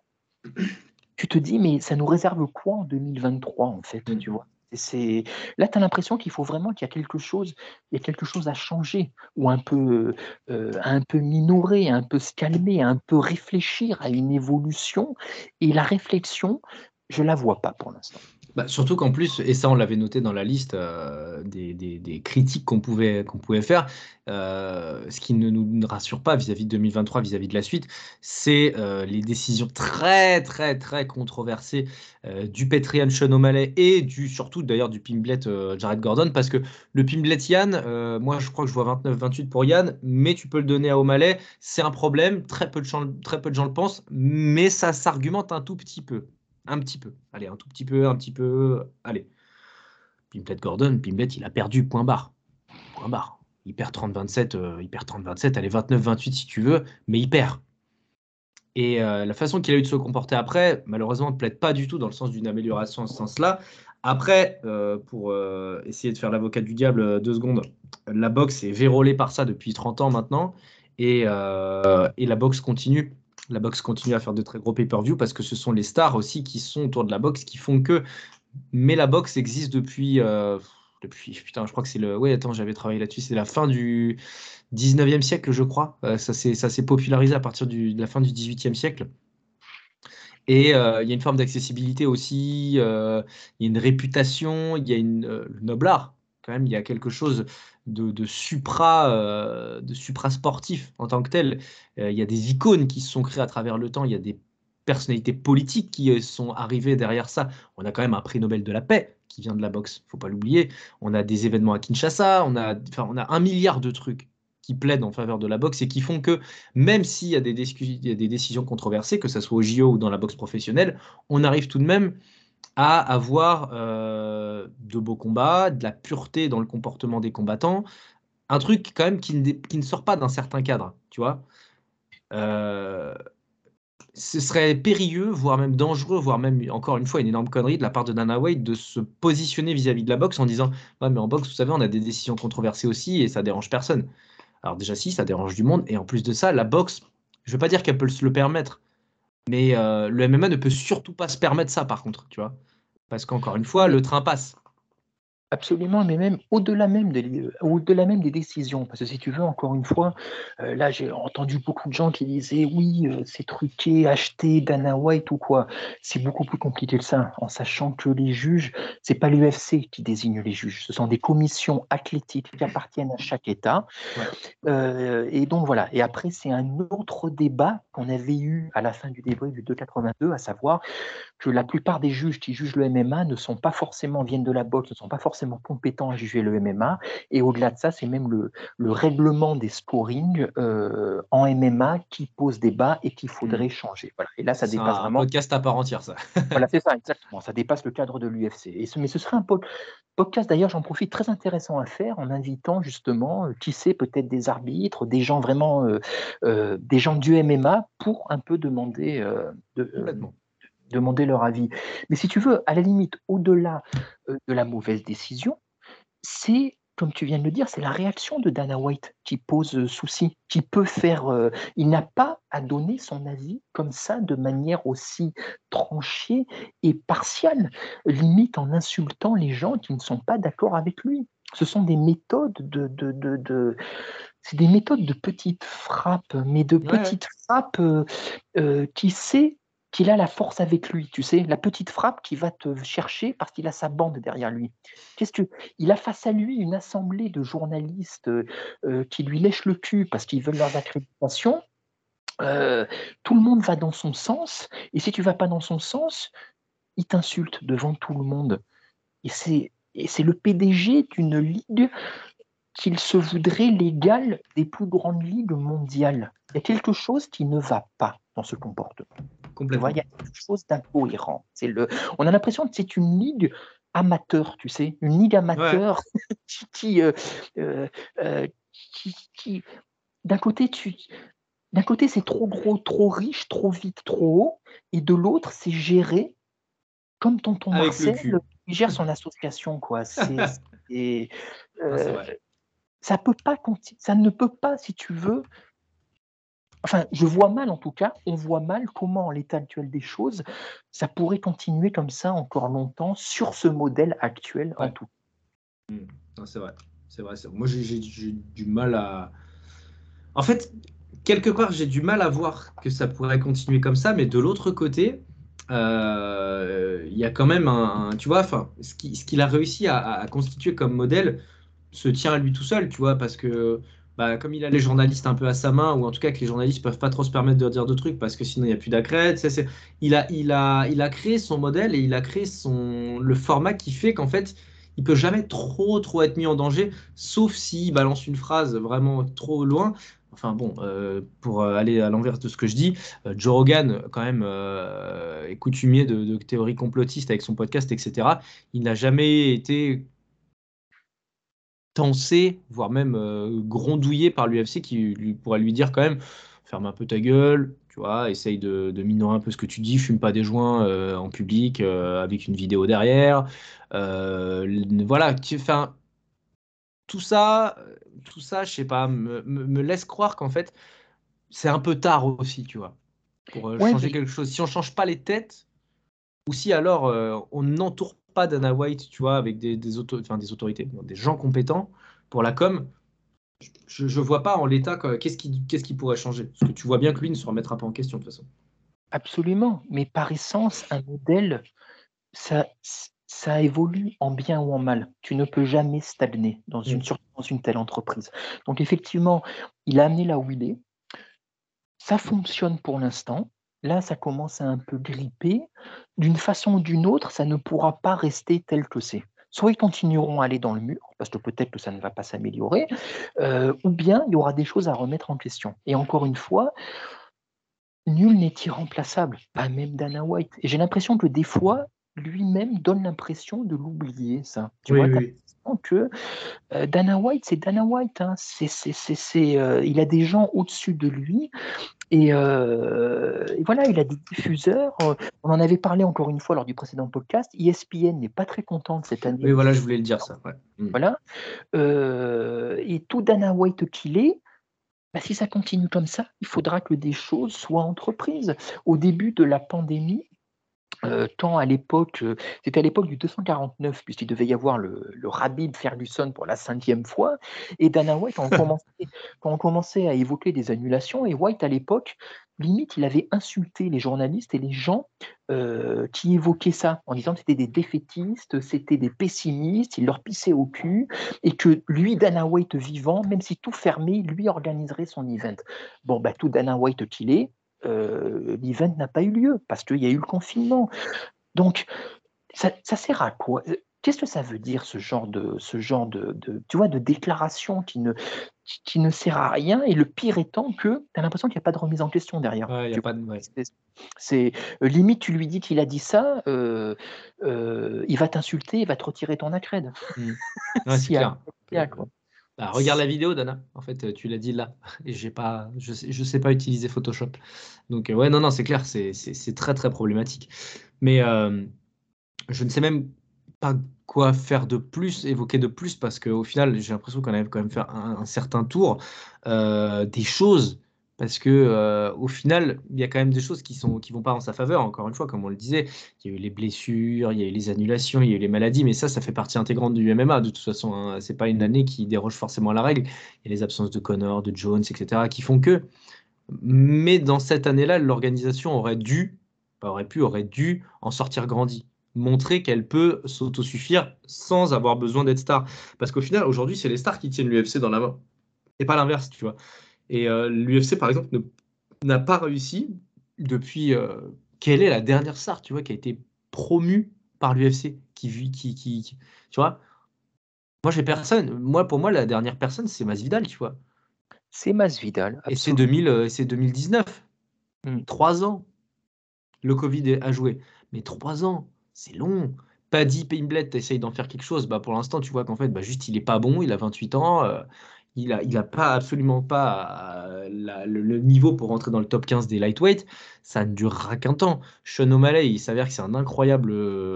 tu te dis: «Mais ça nous réserve quoi en deux mille vingt-trois en fait?» tu Mmh. vois? Et c'est là, tu as l'impression qu'il faut vraiment qu'il y a quelque chose il y a quelque chose à changer ou un peu, heu, à un peu minorer, à un peu se calmer, à un peu réfléchir à une évolution et la réflexion, je la vois pas pour l'instant. Bah, surtout qu'en plus et ça on l'avait noté dans la liste, heu, des des des critiques qu'on pouvait qu'on pouvait faire, heu, ce qui ne nous rassure pas vis-à-vis de deux mille vingt-trois, vis-à-vis de la suite, c'est, heu, les décisions très, très, très controversées, heu, du Petrian Sean O'Malley et du surtout d'ailleurs du Pimblett, heu, Jared Gordon. Parce que le Pimblett Yann, heu, moi je crois que je vois vingt-neuf vingt-huit pour Yann, mais tu peux le donner à O'Malley. C'est un problème, très peu de gens très peu de gens le pensent, mais ça s'argumente un tout petit peu. Un petit peu. Allez, un tout petit peu, un petit peu, allez. Pimblett Gordon, Pimblett, il a perdu, point barre. Point barre. Il perd trente vingt-sept, heu, il perd trente vingt-sept, allez vingt-neuf vingt-huit si tu veux, mais il perd. Et heu, la façon qu'il a eu de se comporter après, malheureusement, ne plaide pas du tout dans le sens d'une amélioration en ce sens-là. Après, euh, pour euh, essayer de faire l'avocat du diable euh, deux secondes, la boxe est vérolée par ça depuis trente ans maintenant, et, euh, et la boxe continue. La boxe continue à faire de très gros pay-per-view parce que ce sont les stars aussi qui sont autour de la boxe qui font que. Mais la boxe existe depuis, euh, depuis, putain, je crois que c'est le, ouais, attends, j'avais travaillé là-dessus, c'est la fin du dix-neuvième siècle, je crois. Euh, ça s'est, ça s'est popularisé à partir du- de la fin du dix-huitième siècle. Et euh, il y a une forme d'accessibilité aussi, euh, il y a une réputation, il y a une, euh, le noble art, quand même, il y a quelque chose de, de supra, euh, de supra-sportif en tant que tel. Euh, il y a des icônes qui se sont créées à travers le temps, il y a des personnalités politiques qui euh, sont arrivées derrière ça. On a quand même un prix Nobel de la paix qui vient de la boxe, faut pas l'oublier. On a des événements à Kinshasa, on a, enfin, on a un milliard de trucs qui plaident en faveur de la boxe et qui font que même s'il y a des, discu- il y a des décisions controversées, que ce soit au J O ou dans la boxe professionnelle, on arrive tout de même à avoir euh, de beaux combats, de la pureté dans le comportement des combattants, un truc quand même qui ne, dé- qui ne sort pas d'un certain cadre, tu vois. Euh, Ce serait périlleux, voire même dangereux, voire même, encore une fois, une énorme connerie de la part de Dana White de se positionner vis-à-vis de la boxe en disant ouais, mais en boxe, vous savez, on a des décisions controversées aussi et ça dérange personne. Alors déjà si, ça dérange du monde, et en plus de ça, la boxe, je veux pas dire qu'elle peut se le permettre, mais euh, le M M A ne peut surtout pas se permettre ça par contre, tu vois. Parce qu'encore une fois, le train passe. Absolument, mais même au-delà même, de, au-delà même des décisions. Parce que si tu veux, encore une fois, euh, là j'ai entendu beaucoup de gens qui disaient oui, euh, c'est truqué, acheté, Dana White ou quoi. C'est beaucoup plus compliqué que ça, en sachant que les juges, c'est pas l'U F C qui désigne les juges, ce sont des commissions athlétiques qui appartiennent à chaque État. Ouais. Euh, et donc voilà. Et après, c'est un autre débat qu'on avait eu à la fin du débrief du deux cent quatre-vingt-deux, à savoir que la plupart des juges qui jugent le M M A ne sont pas forcément, viennent de la boxe, ne sont pas forcément compétents à juger le M M A. Et au-delà de ça, c'est même le, le règlement des scorings euh, en M M A qui pose débat et qu'il faudrait Mmh. changer. Voilà. Et là, ça C'est dépasse un vraiment. podcast à part entière, ça. Voilà, c'est ça, exactement. Ça dépasse le cadre de l'U F C. Et ce, mais ce serait un po- podcast, d'ailleurs, j'en profite, très intéressant à faire en invitant justement, euh, qui sait, peut-être des arbitres, des gens vraiment, euh, euh, des gens du M M A pour un peu demander, euh, de, euh, Complètement. demander leur avis. Mais si tu veux, à la limite, au-delà euh, de la mauvaise décision, c'est, comme tu viens de le dire, c'est la réaction de Dana White qui pose euh, souci, qui peut faire. euh, il n'a pas à donner son avis comme ça, de manière aussi tranchée et partiale, limite en insultant les gens qui ne sont pas d'accord avec lui. Ce sont des méthodes de, de, de, de- c'est des méthodes de petites frappes, mais de Ouais, ouais. petites frappes euh, euh, qui sait qu'il a la force avec lui, tu sais, la petite frappe qui va te chercher parce qu'il a sa bande derrière lui. Qu'est-ce que il a face à lui une assemblée de journalistes euh, euh, qui lui lèchent le cul parce qu'ils veulent leurs accréditations. Euh, tout le monde va dans son sens, et si tu vas pas dans son sens, il t'insulte devant tout le monde. Et c'est et c'est le P D G d'une ligue qu'il se voudrait l'égal des plus grandes ligues mondiales. Il y a quelque chose qui ne va pas dans ce comportement. Tu vois, Complètement. il y a quelque chose d'incohérent. C'est le, on a l'impression que c'est une ligue amateur, tu sais, une ligue Ouais. amateur qui, qui, euh, euh, euh, qui- qui- d'un côté, tu, d'un côté, c'est trop gros, trop riche, trop vite, trop haut, et de l'autre, c'est géré comme tonton Avec le Marcel cul. qui gère son association, quoi. C'est, c'est- Ah, c'est euh, vrai. ça peut pas, conti- ça ne peut pas, si tu veux. Enfin, je vois mal en tout cas, on voit mal comment, en l'état actuel des choses, ça pourrait continuer comme ça encore longtemps sur ce modèle actuel en Ouais. tout. Mmh. Non, c'est vrai. C'est vrai. c'est- Moi, j'ai j'ai- j'ai du mal à. En fait, quelque part, j'ai du mal à voir que ça pourrait continuer comme ça, mais de l'autre côté, euh, il y a quand même un, un- tu vois, enfin, ce qui- ce qu'il a réussi à, à- à constituer comme modèle se tient à lui tout seul, tu vois, parce que bah, comme il a les journalistes un peu à sa main, ou en tout cas que les journalistes peuvent pas trop se permettre de dire de trucs parce que sinon il n'y a plus d'accrède, tu sais, c'est- il a, il a, il a créé son modèle et il a créé son, le format qui fait qu'en fait, il peut jamais trop, trop être mis en danger, sauf s'il balance une phrase vraiment trop loin. Enfin bon, euh, pour euh, aller à l'envers de ce que je dis, euh, Joe Rogan, quand même, euh, est coutumier de, de théories complotistes avec son podcast, et cetera. Il n'a jamais été tensé, voire même euh, grondouillé par l'U F C qui lui, pourrait lui dire quand même, ferme un peu ta gueule, Tu vois, essaye de, de minorer un peu ce que tu dis, fume pas des joints euh, en public euh, avec une vidéo derrière. Euh, l- voilà, tu, enfin, tout ça, euh, tout ça, je sais pas, me, me- me laisse croire qu'en fait, c'est un peu tard aussi, tu vois, pour euh, Ouais, changer mais quelque chose. Si on change pas les têtes, ou si alors euh, on n'entoure pas Dana White, tu vois, avec des, des, auto- enfin, des autorités, non, des gens compétents pour la com, je, je vois pas en l'état quoi, qu'est-ce qui, qu'est-ce qui pourrait changer. Parce que tu vois bien que lui ne se remettra pas en question de toute façon. absolument. Mais par essence, un modèle, ça, ça évolue en bien ou en mal. Tu ne peux jamais stagner dans une, Mm. surtout dans une telle entreprise. Donc effectivement, il a amené là où il est. Ça fonctionne pour l'instant. Là, ça commence à un peu gripper. D'une façon ou d'une autre, ça ne pourra pas rester tel que c'est. Soit ils continueront à aller dans le mur, parce que peut-être que ça ne va pas s'améliorer, euh, ou bien il y aura des choses à remettre en question. Et encore une fois, nul n'est irremplaçable, pas même Dana White. Et j'ai l'impression que des fois, lui-même donne l'impression de l'oublier, ça. Tu Oui, vois, oui, t'as oui. l'impression que euh, Dana White, c'est Dana White. Hein. C'est, c'est, c'est, c'est, euh, il a des gens au-dessus de lui. Et, euh, et voilà, il a des diffuseurs. euh, On en avait parlé encore une fois lors du précédent podcast. E S P N n'est pas très contente cette année. Oui, voilà, je voulais le dire ça. Ouais. Mm. Voilà. Euh, et tout Dana White qu'il est, bah, si ça continue comme ça, il faudra que des choses soient entreprises. Au début de la pandémie, euh, tant à l'époque, euh, c'était à l'époque du deux cent quarante-neuf, puisqu'il devait y avoir le, le Rabib Ferguson pour la cinquième fois, et Dana White, quand on commençait, quand on commençait à évoquer des annulations, et White à l'époque, limite, il avait insulté les journalistes et les gens euh, qui évoquaient ça, en disant que c'était des défaitistes, c'était des pessimistes, il leur pissait au cul, et que lui, Dana White vivant, même si tout fermé, lui organiserait son event. Bon, bah, tout Dana White qu'il est, euh, l'event n'a pas eu lieu parce qu'il y a eu le confinement. Donc, ça, ça sert à quoi? Qu'est-ce que ça veut dire ce genre de, ce genre de, de- tu vois, de déclaration qui ne, qui, qui ne sert à rien? Et le pire étant que tu as l'impression qu'il n'y a pas de remise en question derrière. Ouais, il y a Tu pas de. vois, Ouais. c'est, c'est- euh, limite, tu lui dis qu'il a dit ça, euh, euh, il va t'insulter, il va te retirer ton accred. Mm. Ouais, c'est S'il y a, clair. s'il y a, Euh, quoi. bah, regarde la vidéo, Dana. En fait, euh, tu l'as dit là. Et j'ai pas, je sais, je sais pas utiliser Photoshop. Donc, euh, ouais, non, non, c'est clair, c'est c'est- c'est très, très problématique. Mais euh, je ne sais même pas quoi faire de plus, évoquer de plus, parce qu'au final, j'ai l'impression qu'on avait quand même fait un, un certain tour euh, des choses. Parce que euh, au final, il y a quand même des choses qui sont qui vont pas en sa faveur. Encore une fois, comme on le disait, il y a eu les blessures, il y a eu les annulations, il y a eu les maladies, mais ça, ça fait partie intégrante du M M A. De toute façon, hein. C'est pas une année qui déroge forcément à la règle. Il y a les absences de Connor, de Jones, et cetera, qui font que. Mais dans cette année-là, l'organisation aurait dû, pas aurait pu, aurait dû en sortir grandi. Montrer qu'elle peut s'autosuffire sans avoir besoin d'être star. Parce qu'au final, aujourd'hui, c'est les stars qui tiennent l'U F C dans la main. Et pas l'inverse, tu vois. Et euh, l'U F C, par exemple, ne- n'a pas réussi depuis. euh, quelle est la dernière star, tu vois, qui a été promue par l'U F C qui, vit- qui, qui, qui- tu vois. Moi, j'ai personne. Moi, pour moi, la dernière personne, c'est Masvidal, tu vois. C'est Masvidal, Et c'est absolument. deux mille, euh, c'est deux mille dix-neuf. Mm. Trois ans. Le Covid a joué. Mais trois ans, c'est long. Paddy Pimblett, t'essayes d'en faire quelque chose. Bah, pour l'instant, tu vois qu'en fait, bah, juste, il est pas bon. Il a vingt-huit ans. euh, il a, il a pas, absolument pas euh, la- le, le niveau pour rentrer dans le top quinze des lightweight. Ça ne durera qu'un temps. Sean O'Malley, il s'avère que c'est un incroyable.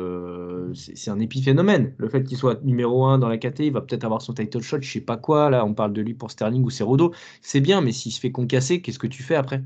euh, c'est c'est un épiphénomène. Le fait qu'il soit numéro un dans la K T, il va peut-être avoir son title shot, je sais pas quoi. Là, on parle de lui pour Sterling ou Cerudo. C'est bien, mais s'il se fait concasser, qu'est-ce que tu fais après?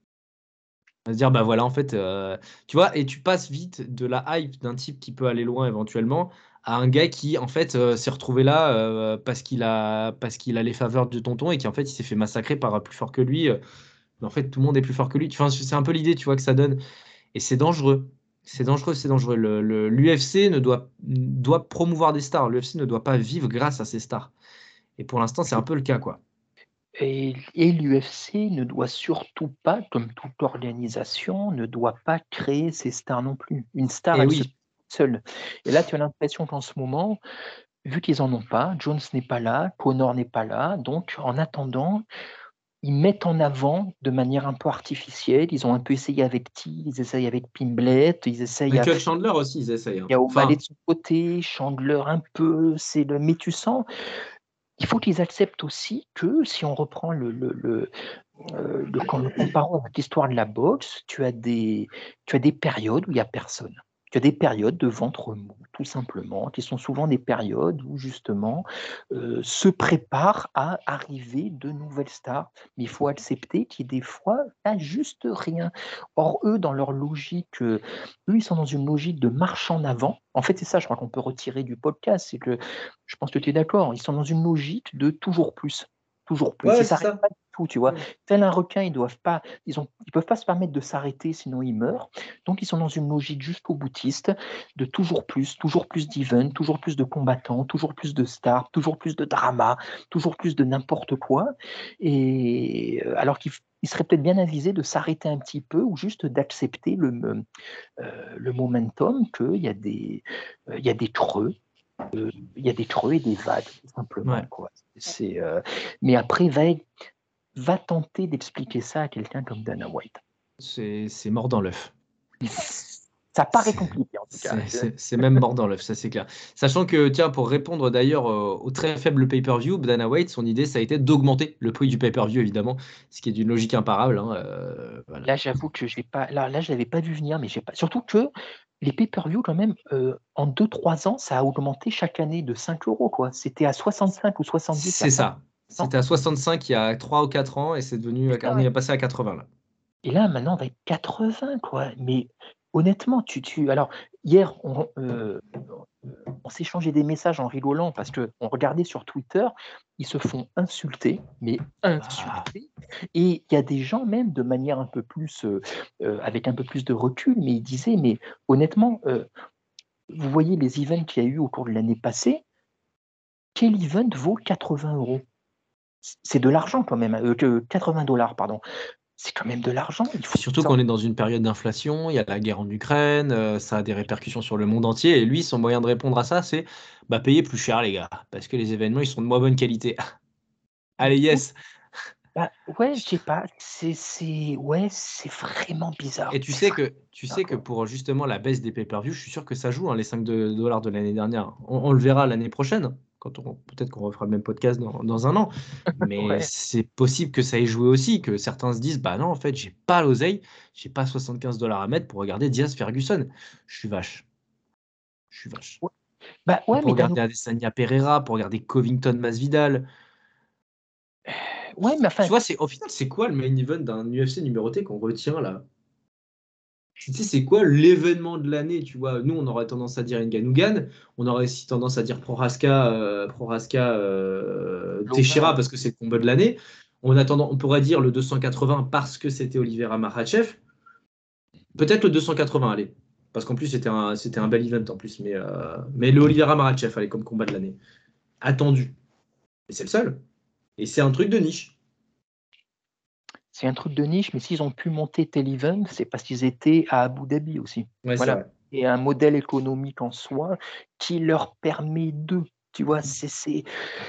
À se dire, bah voilà, en fait, euh, tu vois, et tu passes vite de la hype d'un type qui peut aller loin éventuellement à un gars qui, en fait, euh, s'est retrouvé là euh, parce qu'il a, parce qu'il a les faveurs de tonton et qui, en fait, il s'est fait massacrer par un plus fort que lui. euh, mais en fait, tout le monde est plus fort que lui. Enfin, c'est un peu l'idée, tu vois, que ça donne. Et c'est dangereux. C'est dangereux, c'est dangereux. Le, le- l'U F C ne doit, doit promouvoir des stars. L'U F C ne doit pas vivre grâce à ses stars. Et pour l'instant, c'est un peu le cas, quoi. Et, et l'U F C ne doit surtout pas, comme toute organisation, ne doit pas créer ses stars non plus. Une star, Et elle se oui, crée seule. Et là, tu as l'impression qu'en ce moment, vu qu'ils en ont pas, Jones n'est pas là, Connor n'est pas là, donc en attendant, ils mettent en avant de manière un peu artificielle. Ils ont un peu essayé avec T, ils essayent avec Pimblett, ils essayent Michael avec. Chandler aussi, ils essayent, hein. Il y a O'Malley Enfin, de son côté, Chandler un peu, c'est le. Mais tu sens, il faut qu'ils acceptent aussi que si on reprend le, le, le, euh, le, quand nous comparons avec l'histoire de la boxe, tu as des, tu as des périodes où il n'y a personne. Tu as des périodes de ventre mou, tout simplement, qui sont souvent des périodes où justement euh, se préparent à arriver de nouvelles stars. Mais il faut accepter qu'il y ait des fois pas juste rien. Or, eux, dans leur logique, euh, eux, ils sont dans une logique de marche en avant. En fait, c'est ça, je crois qu'on peut retirer du podcast, c'est que je pense que tu es d'accord, ils sont dans une logique de toujours plus. Toujours plus. Ouais, Ils ouais, c'est s'arrêtent ça. pas du tout, tu vois. Ouais. Tel un requin, ils doivent pas, ils ont, ils peuvent pas se permettre de s'arrêter, sinon ils meurent. Donc ils sont dans une logique jusqu'au boutiste de toujours plus, toujours plus d'events, toujours plus de combattants, toujours plus de stars, toujours plus de drama, toujours plus de n'importe quoi. Et euh, alors qu'il f- il serait peut-être bien avisé de s'arrêter un petit peu ou juste d'accepter le, me- euh, le momentum qu'il y a des, euh, il y a des creux. euh, Il y a des creux et des vagues, tout simplement. Ouais. Quoi. C'est, euh, Mais après, va, va tenter d'expliquer ça à quelqu'un comme Dana White. C'est c'est mort dans l'œuf. Ça paraît C'est compliqué en tout cas. c'est- c'est- c'est même mort dans l'œuf, ça c'est clair. Sachant que, tiens, pour répondre d'ailleurs euh, au très faible pay-per-view, Dana White, son idée, ça a été d'augmenter le prix du pay-per-view, évidemment, ce qui est d'une logique imparable. Hein, euh, voilà. Là, j'avoue que je vais pas. Là, là je l'avais pas vu venir, mais j'ai pas. Surtout que les pay-per-view, quand même, euh, en deux trois ans, ça a augmenté chaque année de cinq euros. Quoi. C'était à soixante-cinq ou soixante-dix. C'est ça. C'était à soixante-cinq il y a trois ou quatre ans et c'est devenu, Ah on ouais. est passé à quatre-vingts là. Et là, maintenant, on va être quatre-vingts, quoi. Mais honnêtement, tu, tu... Alors, hier, on, euh, on s'échangeait des messages en rigolant parce qu'on regardait sur Twitter, ils se font insulter, mais insulter. Et il y a des gens, même de manière un peu plus, euh, euh, avec un peu plus de recul, mais ils disaient, mais honnêtement, euh, vous voyez les events qu'il y a eu au cours de l'année passée, quel event vaut quatre-vingts euros? C'est de l'argent quand même, euh, que quatre-vingts dollars, pardon. C'est quand même de l'argent. Il faut Surtout qu'on est dans une période d'inflation, il y a la guerre en Ukraine, euh, ça a des répercussions sur le monde entier. Et lui, son moyen de répondre à ça, c'est bah, payer plus cher, les gars, parce que les événements, ils sont de moins bonne qualité. Allez, yes. Bah, ouais, je sais pas, c'est c'est ouais, c'est vraiment bizarre. Et tu C'est sais que, tu bizarre, sais que quoi. pour justement la baisse des pay-per-view, je suis sûr que ça joue, hein, les cinq dollars de l'année dernière. On, on le verra l'année prochaine, quand on peut-être qu'on refera le même podcast dans, dans un an. Mais Ouais. c'est possible que ça ait joué aussi, que certains se disent bah non, en fait, j'ai pas l'oseille, j'ai pas soixante-quinze dollars à mettre pour regarder Diaz Ferguson. Je suis vache. Je suis vache. Ouais. Bah Ou ouais, pour mais d'un regarder Adesanya Pereira, pour regarder Covington Masvidal. ouais, mais enfin, Tu vois, c'est au final, c'est quoi le main event d'un U F C numéroté qu'on retient là? Tu sais, c'est quoi l'événement de l'année, tu vois? Nous, on aurait tendance à dire Ngannou, on aurait aussi tendance à dire Prohaska, euh, Prohaska euh, Teixeira parce que c'est le combat de l'année. On a tendance, on pourrait dire le deux cent quatre-vingts parce que c'était Oliveira Makhachev. Peut-être le deux cent quatre-vingts, allez. Parce qu'en plus, c'était un, c'était un bel event en plus. Mais, euh, mais le Oliveira Makhachev, allez, comme combat de l'année. Attendu. Et c'est le seul. Et c'est un truc de niche. c'est un truc de niche, mais s'ils ont pu monter tel event, c'est parce qu'ils étaient à Abu Dhabi aussi. Ouais, c'est Voilà. vrai. Et un modèle économique en soi qui leur permet de, tu vois, c'est c'est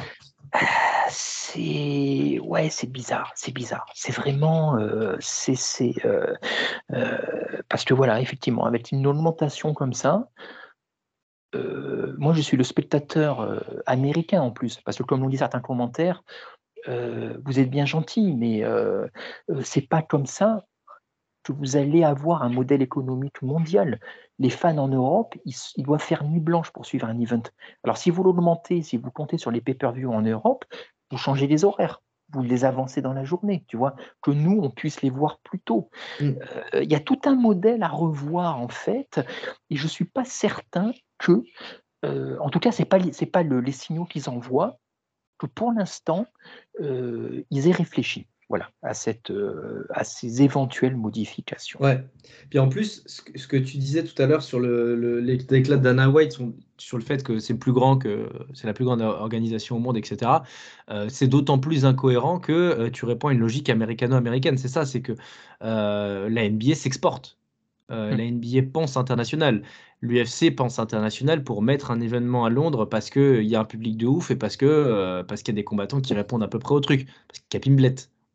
c'est ouais, c'est bizarre, c'est bizarre. C'est vraiment euh, c'est c'est euh, euh, parce que voilà, effectivement, avec une augmentation comme ça. Euh, moi, je suis le spectateur euh, américain en plus, parce que comme l'ont dit certains commentaires, euh, vous êtes bien gentil, mais euh, euh, c'est pas comme ça que vous allez avoir un modèle économique mondial. Les fans en Europe, ils, ils doivent faire nuit blanche pour suivre un event. Alors, si vous l'augmentez, si vous comptez sur les pay-per-view en Europe, vous changez les horaires. Vous les avancez dans la journée, tu vois, que nous, on puisse les voir plus tôt. Mm. Euh, Il y a tout un modèle à revoir, en fait, et je ne suis pas certain que, euh, en tout cas, ce n'est pas, c'est pas le, les signaux qu'ils envoient, que pour l'instant, euh, ils aient réfléchi. Voilà, à, cette, euh, à ces éventuelles modifications. Ouais. Puis en plus, ce que, ce que tu disais tout à l'heure sur le, le- l'éclat de Dana White, sur, sur le fait que c'est plus grand que c'est la plus grande organisation au monde, et cetera. euh, c'est d'autant plus incohérent que euh, tu réponds à une logique américano-américaine. C'est ça, c'est que euh, la N B A s'exporte. Euh, Mm. la N B A pense international. L'U F C pense international pour mettre un événement à Londres parce qu'il y a un public de ouf et parce que euh, parce qu'il y a des combattants qui répondent à peu près au truc. Parce qu'il y a Pimblet.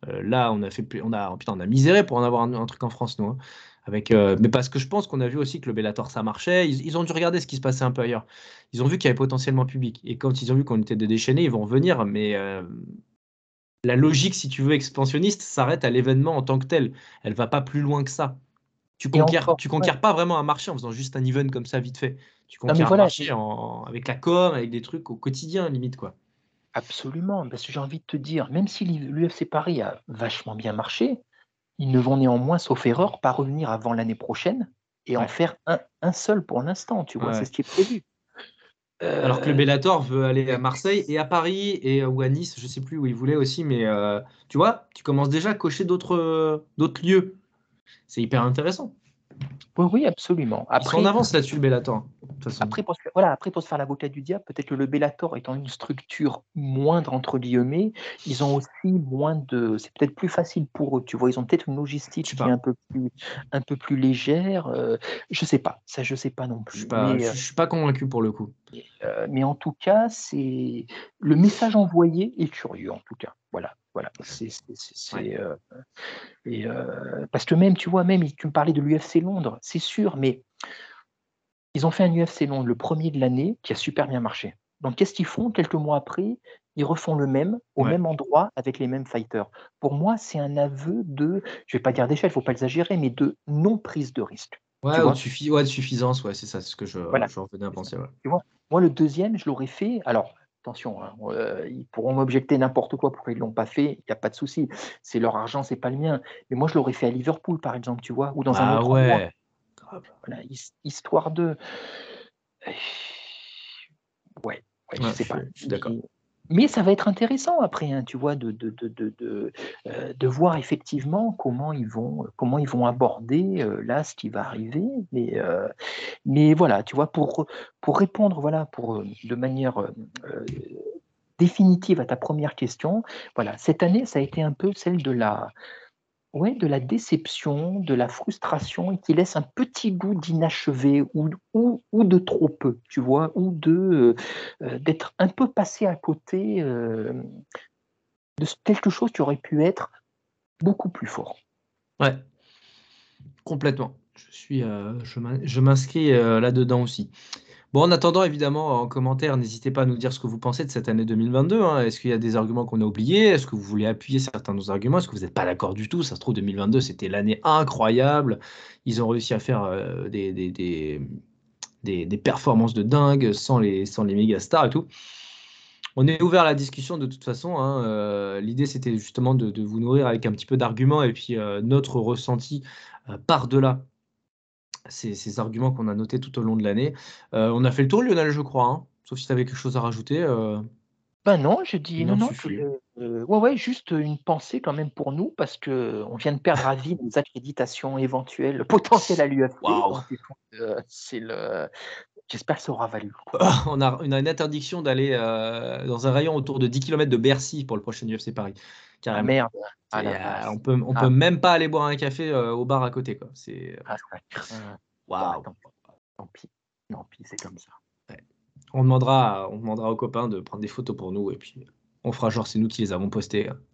Euh, là, on a fait, on a, putain, on a miséré pour en avoir un, un truc en France, nous. Hein. Avec, euh, mais parce que je pense qu'on a vu aussi que le Bellator ça marchait. Ils, ils ont dû regarder ce qui se passait un peu ailleurs. Ils ont vu qu'il y avait potentiellement public. Et quand ils ont vu qu'on était des déchaînés, ils vont venir. Mais euh, la logique, si tu veux, expansionniste, s'arrête à l'événement en tant que tel. Elle va pas plus loin que ça. Tu Et conquiers, encore, tu ouais. conquiers pas vraiment un marché en faisant juste un event comme ça vite fait. Tu Non, mais conquiers un voilà, marché en, avec la com, avec des trucs au quotidien, limite, quoi. absolument. Parce que j'ai envie de te dire, même si l'U F C Paris a vachement bien marché, ils ne vont néanmoins, sauf erreur, pas revenir avant l'année prochaine et en Ouais. faire un, un seul pour l'instant, tu vois, Ouais. c'est ce qui est prévu. Alors que le Euh, Bellator veut aller à Marseille et à Paris et ou à Nice, je sais plus où il voulait aussi, mais euh, tu vois, tu commences déjà à cocher d'autres euh, d'autres lieux. C'est hyper intéressant. oui, oui, absolument. Ils sont en Après, avance là-dessus, le Bellator, de toute façon. Après, pour se faire, voilà, après, pour se faire l'avocat du diable, peut-être que le Bellator étant une structure moindre, entre guillemets, ils ont aussi moins de. C'est peut-être plus facile pour eux, tu vois. Ils ont peut-être une logistique Je sais qui est pas. un peu plus, un peu plus légère. euh, je sais pas, ça, je sais pas non Je suis plus. pas, Mais, je, euh, je suis pas convaincu pour le coup. euh, mais en tout cas, c'est le message envoyé est curieux, en tout cas. Voilà, voilà. C'est, c'est, c'est, c'est, Ouais. euh, et, euh, parce que même, tu vois, même, tu me parlais de l'U F C Londres, c'est sûr, mais ils ont fait un U F C Londres, le premier de l'année, qui a super bien marché. Donc, qu'est-ce qu'ils font? Quelques mois après, ils refont le même, au Ouais. même endroit, avec les mêmes fighters. Pour moi, c'est un aveu de, je ne vais pas dire d'échec, il ne faut pas exagérer, mais de non-prise de risque. Ouais, Tu ou de, vois? suffi- ouais, de suffisance, ouais, c'est ça, c'est ce que je, Voilà. je revenais à C'est ça. penser. Ouais. Tu vois? Moi, le deuxième, je l'aurais fait. Alors, attention, hein, euh, ils pourront m'objecter n'importe quoi pourquoi ils ne l'ont pas fait, il n'y a pas de souci. C'est leur argent, c'est pas le mien. Mais moi, je l'aurais fait à Liverpool, par exemple, tu vois, ou dans un Bah autre endroit. ouais. Grave. Voilà, his- histoire de. Ouais, ouais, je Ouais, sais je, pas. suis- je suis d'accord. Il- Mais ça va être intéressant après, hein, tu vois, de, de, de, de, de, euh, de voir effectivement comment ils vont, comment ils vont aborder euh, là ce qui va arriver. Mais, euh, mais voilà, tu vois, pour, pour répondre, voilà, pour, euh, de manière euh, euh, définitive à ta première question, voilà, cette année, ça a été un peu celle de la, ouais, de la déception, de la frustration et qui laisse un petit goût d'inachevé ou, ou, ou de trop peu, tu vois, ou de euh, d'être un peu passé à côté euh, de quelque chose qui aurait pu être beaucoup plus fort. Ouais, complètement. Je suis, euh, je m'in- je m'inscris euh, là-dedans aussi. Bon, en attendant, évidemment, en commentaire, n'hésitez pas à nous dire ce que vous pensez de cette année deux mille vingt-deux. Hein. Est-ce qu'il y a des arguments qu'on a oubliés? Est-ce que vous voulez appuyer certains de nos arguments? Est-ce que vous n'êtes pas d'accord du tout? Ça se trouve, deux mille vingt-deux, c'était l'année incroyable. Ils ont réussi à faire euh, des, des, des, des- des performances de dingue sans les, sans les méga stars et tout. On est ouvert à la discussion de toute façon. Hein. Euh, l'idée, c'était justement de, de vous nourrir avec un petit peu d'arguments et puis euh, notre ressenti euh, par-delà ces, ces arguments qu'on a notés tout au long de l'année. Euh, on a fait le tour, Lionel, je crois. Hein. Sauf si tu avais quelque chose à rajouter. Euh, Ben non, je dis il non, en non, tu suffit. le- euh, ouais, ouais, juste une pensée quand même pour nous parce que on vient de perdre à vie nos accréditations éventuelles, potentielles à l'U F C. Waouh! Donc, écoute, euh, c'est le. J'espère que ça aura valu le coup. On a, on a une interdiction d'aller euh, dans un rayon autour de dix kilomètres de Bercy pour le prochain U F C Paris. Ah Carrément. merde, ah C'est, la euh, vache. on peut, on Ah, peut même pas aller boire un café euh, au bar à côté, quoi. C'est ah, ça craint. Bon, waouh. tant pis, tant pis, tant pis, c'est comme ça. Ouais. On demandera, on demandera aux copains de prendre des photos pour nous et puis on fera genre c'est nous qui les avons postées. Hein.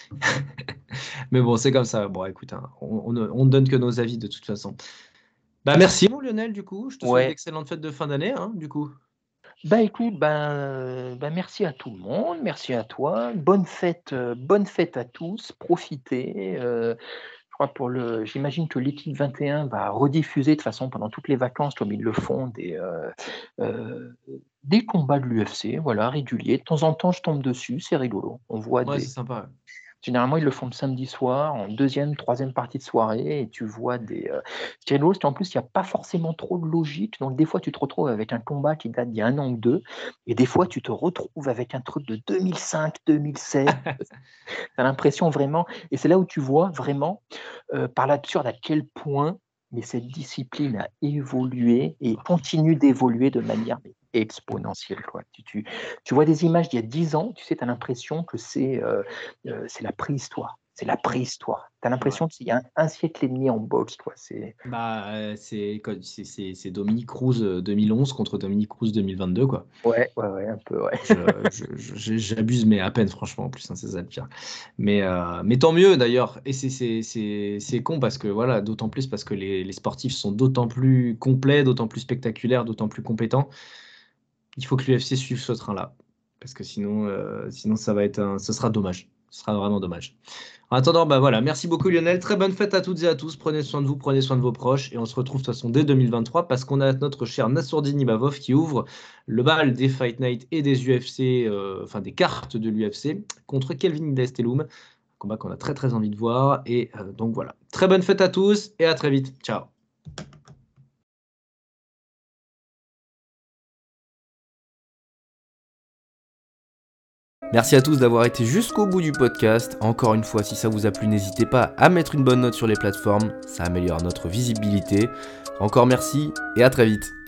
Mais bon, c'est comme ça. Bon, écoute, hein, on, on ne on ne donne que nos avis de toute façon. Bah merci mon Lionel, du coup. Je te souhaite Ouais. d'excellentes fêtes de fin d'année, hein, du coup. Bah écoute, ben, euh, ben merci à tout le monde, merci à toi. Bonne fête, euh, bonne fête à tous. Profitez. euh, je crois pour le, j'imagine que l'équipe vingt et un va rediffuser de toute façon pendant toutes les vacances, comme ils le font, des, euh, euh, des combats de l'U F C, voilà, réguliers. De temps en temps, je tombe dessus, c'est rigolo. On voit Ouais, c'est des. sympa. Ouais. Généralement, ils le font le samedi soir, en deuxième, troisième partie de soirée, et tu vois des. Euh... Ce qui est drôle, c'est qu'en plus, il n'y a pas forcément trop de logique. Donc, des fois, tu te retrouves avec un combat qui date d'il y a un an ou deux, et des fois, tu te retrouves avec un truc de deux mille cinq, deux mille sept. Tu as l'impression vraiment. Et c'est là où tu vois vraiment, euh, par l'absurde, à quel point mais cette discipline a évolué et continue d'évoluer de manière exponentielle. Quoi. Tu, tu, tu vois des images d'il y a dix ans, tu sais, tu as l'impression que c'est euh, euh, c'est la préhistoire. c'est la préhistoire. Tu as l'impression qu'il y a un, un siècle et demi en boxe, toi. C'est... Bah, euh, c'est, quoi, c'est, c'est, c'est Dominique Cruz euh, deux mille onze contre Dominique Cruz deux mille vingt-deux, quoi. Ouais, ouais, ouais, un peu, ouais. Je- je- je- j'abuse, mais à peine, franchement, en plus, hein, c'est ça le pire. Mais, euh, mais tant mieux, d'ailleurs. Et c'est, c'est, c'est, c'est con parce que, voilà, d'autant plus parce que les, les sportifs sont d'autant plus complets, d'autant plus spectaculaires, d'autant plus compétents. Il faut que l'U F C suive ce train-là. Parce que sinon, euh, sinon ça va être un, ce sera dommage. Ce sera vraiment dommage. En attendant, bah voilà, merci beaucoup Lionel. Très bonne fête à toutes et à tous. Prenez soin de vous, prenez soin de vos proches. Et on se retrouve de toute façon dès deux mille vingt-trois parce qu'on a notre cher Nassourdine Imavov qui ouvre le bal des Fight Night et des U F C, euh, enfin des cartes de l'U F C contre Kelvin Gastelum. Un combat qu'on a très très envie de voir. Et euh, donc voilà. Très bonne fête à tous et à très vite. Ciao. Merci à tous d'avoir été jusqu'au bout du podcast. Encore une fois, si ça vous a plu, n'hésitez pas à mettre une bonne note sur les plateformes, ça améliore notre visibilité. Encore merci et à très vite.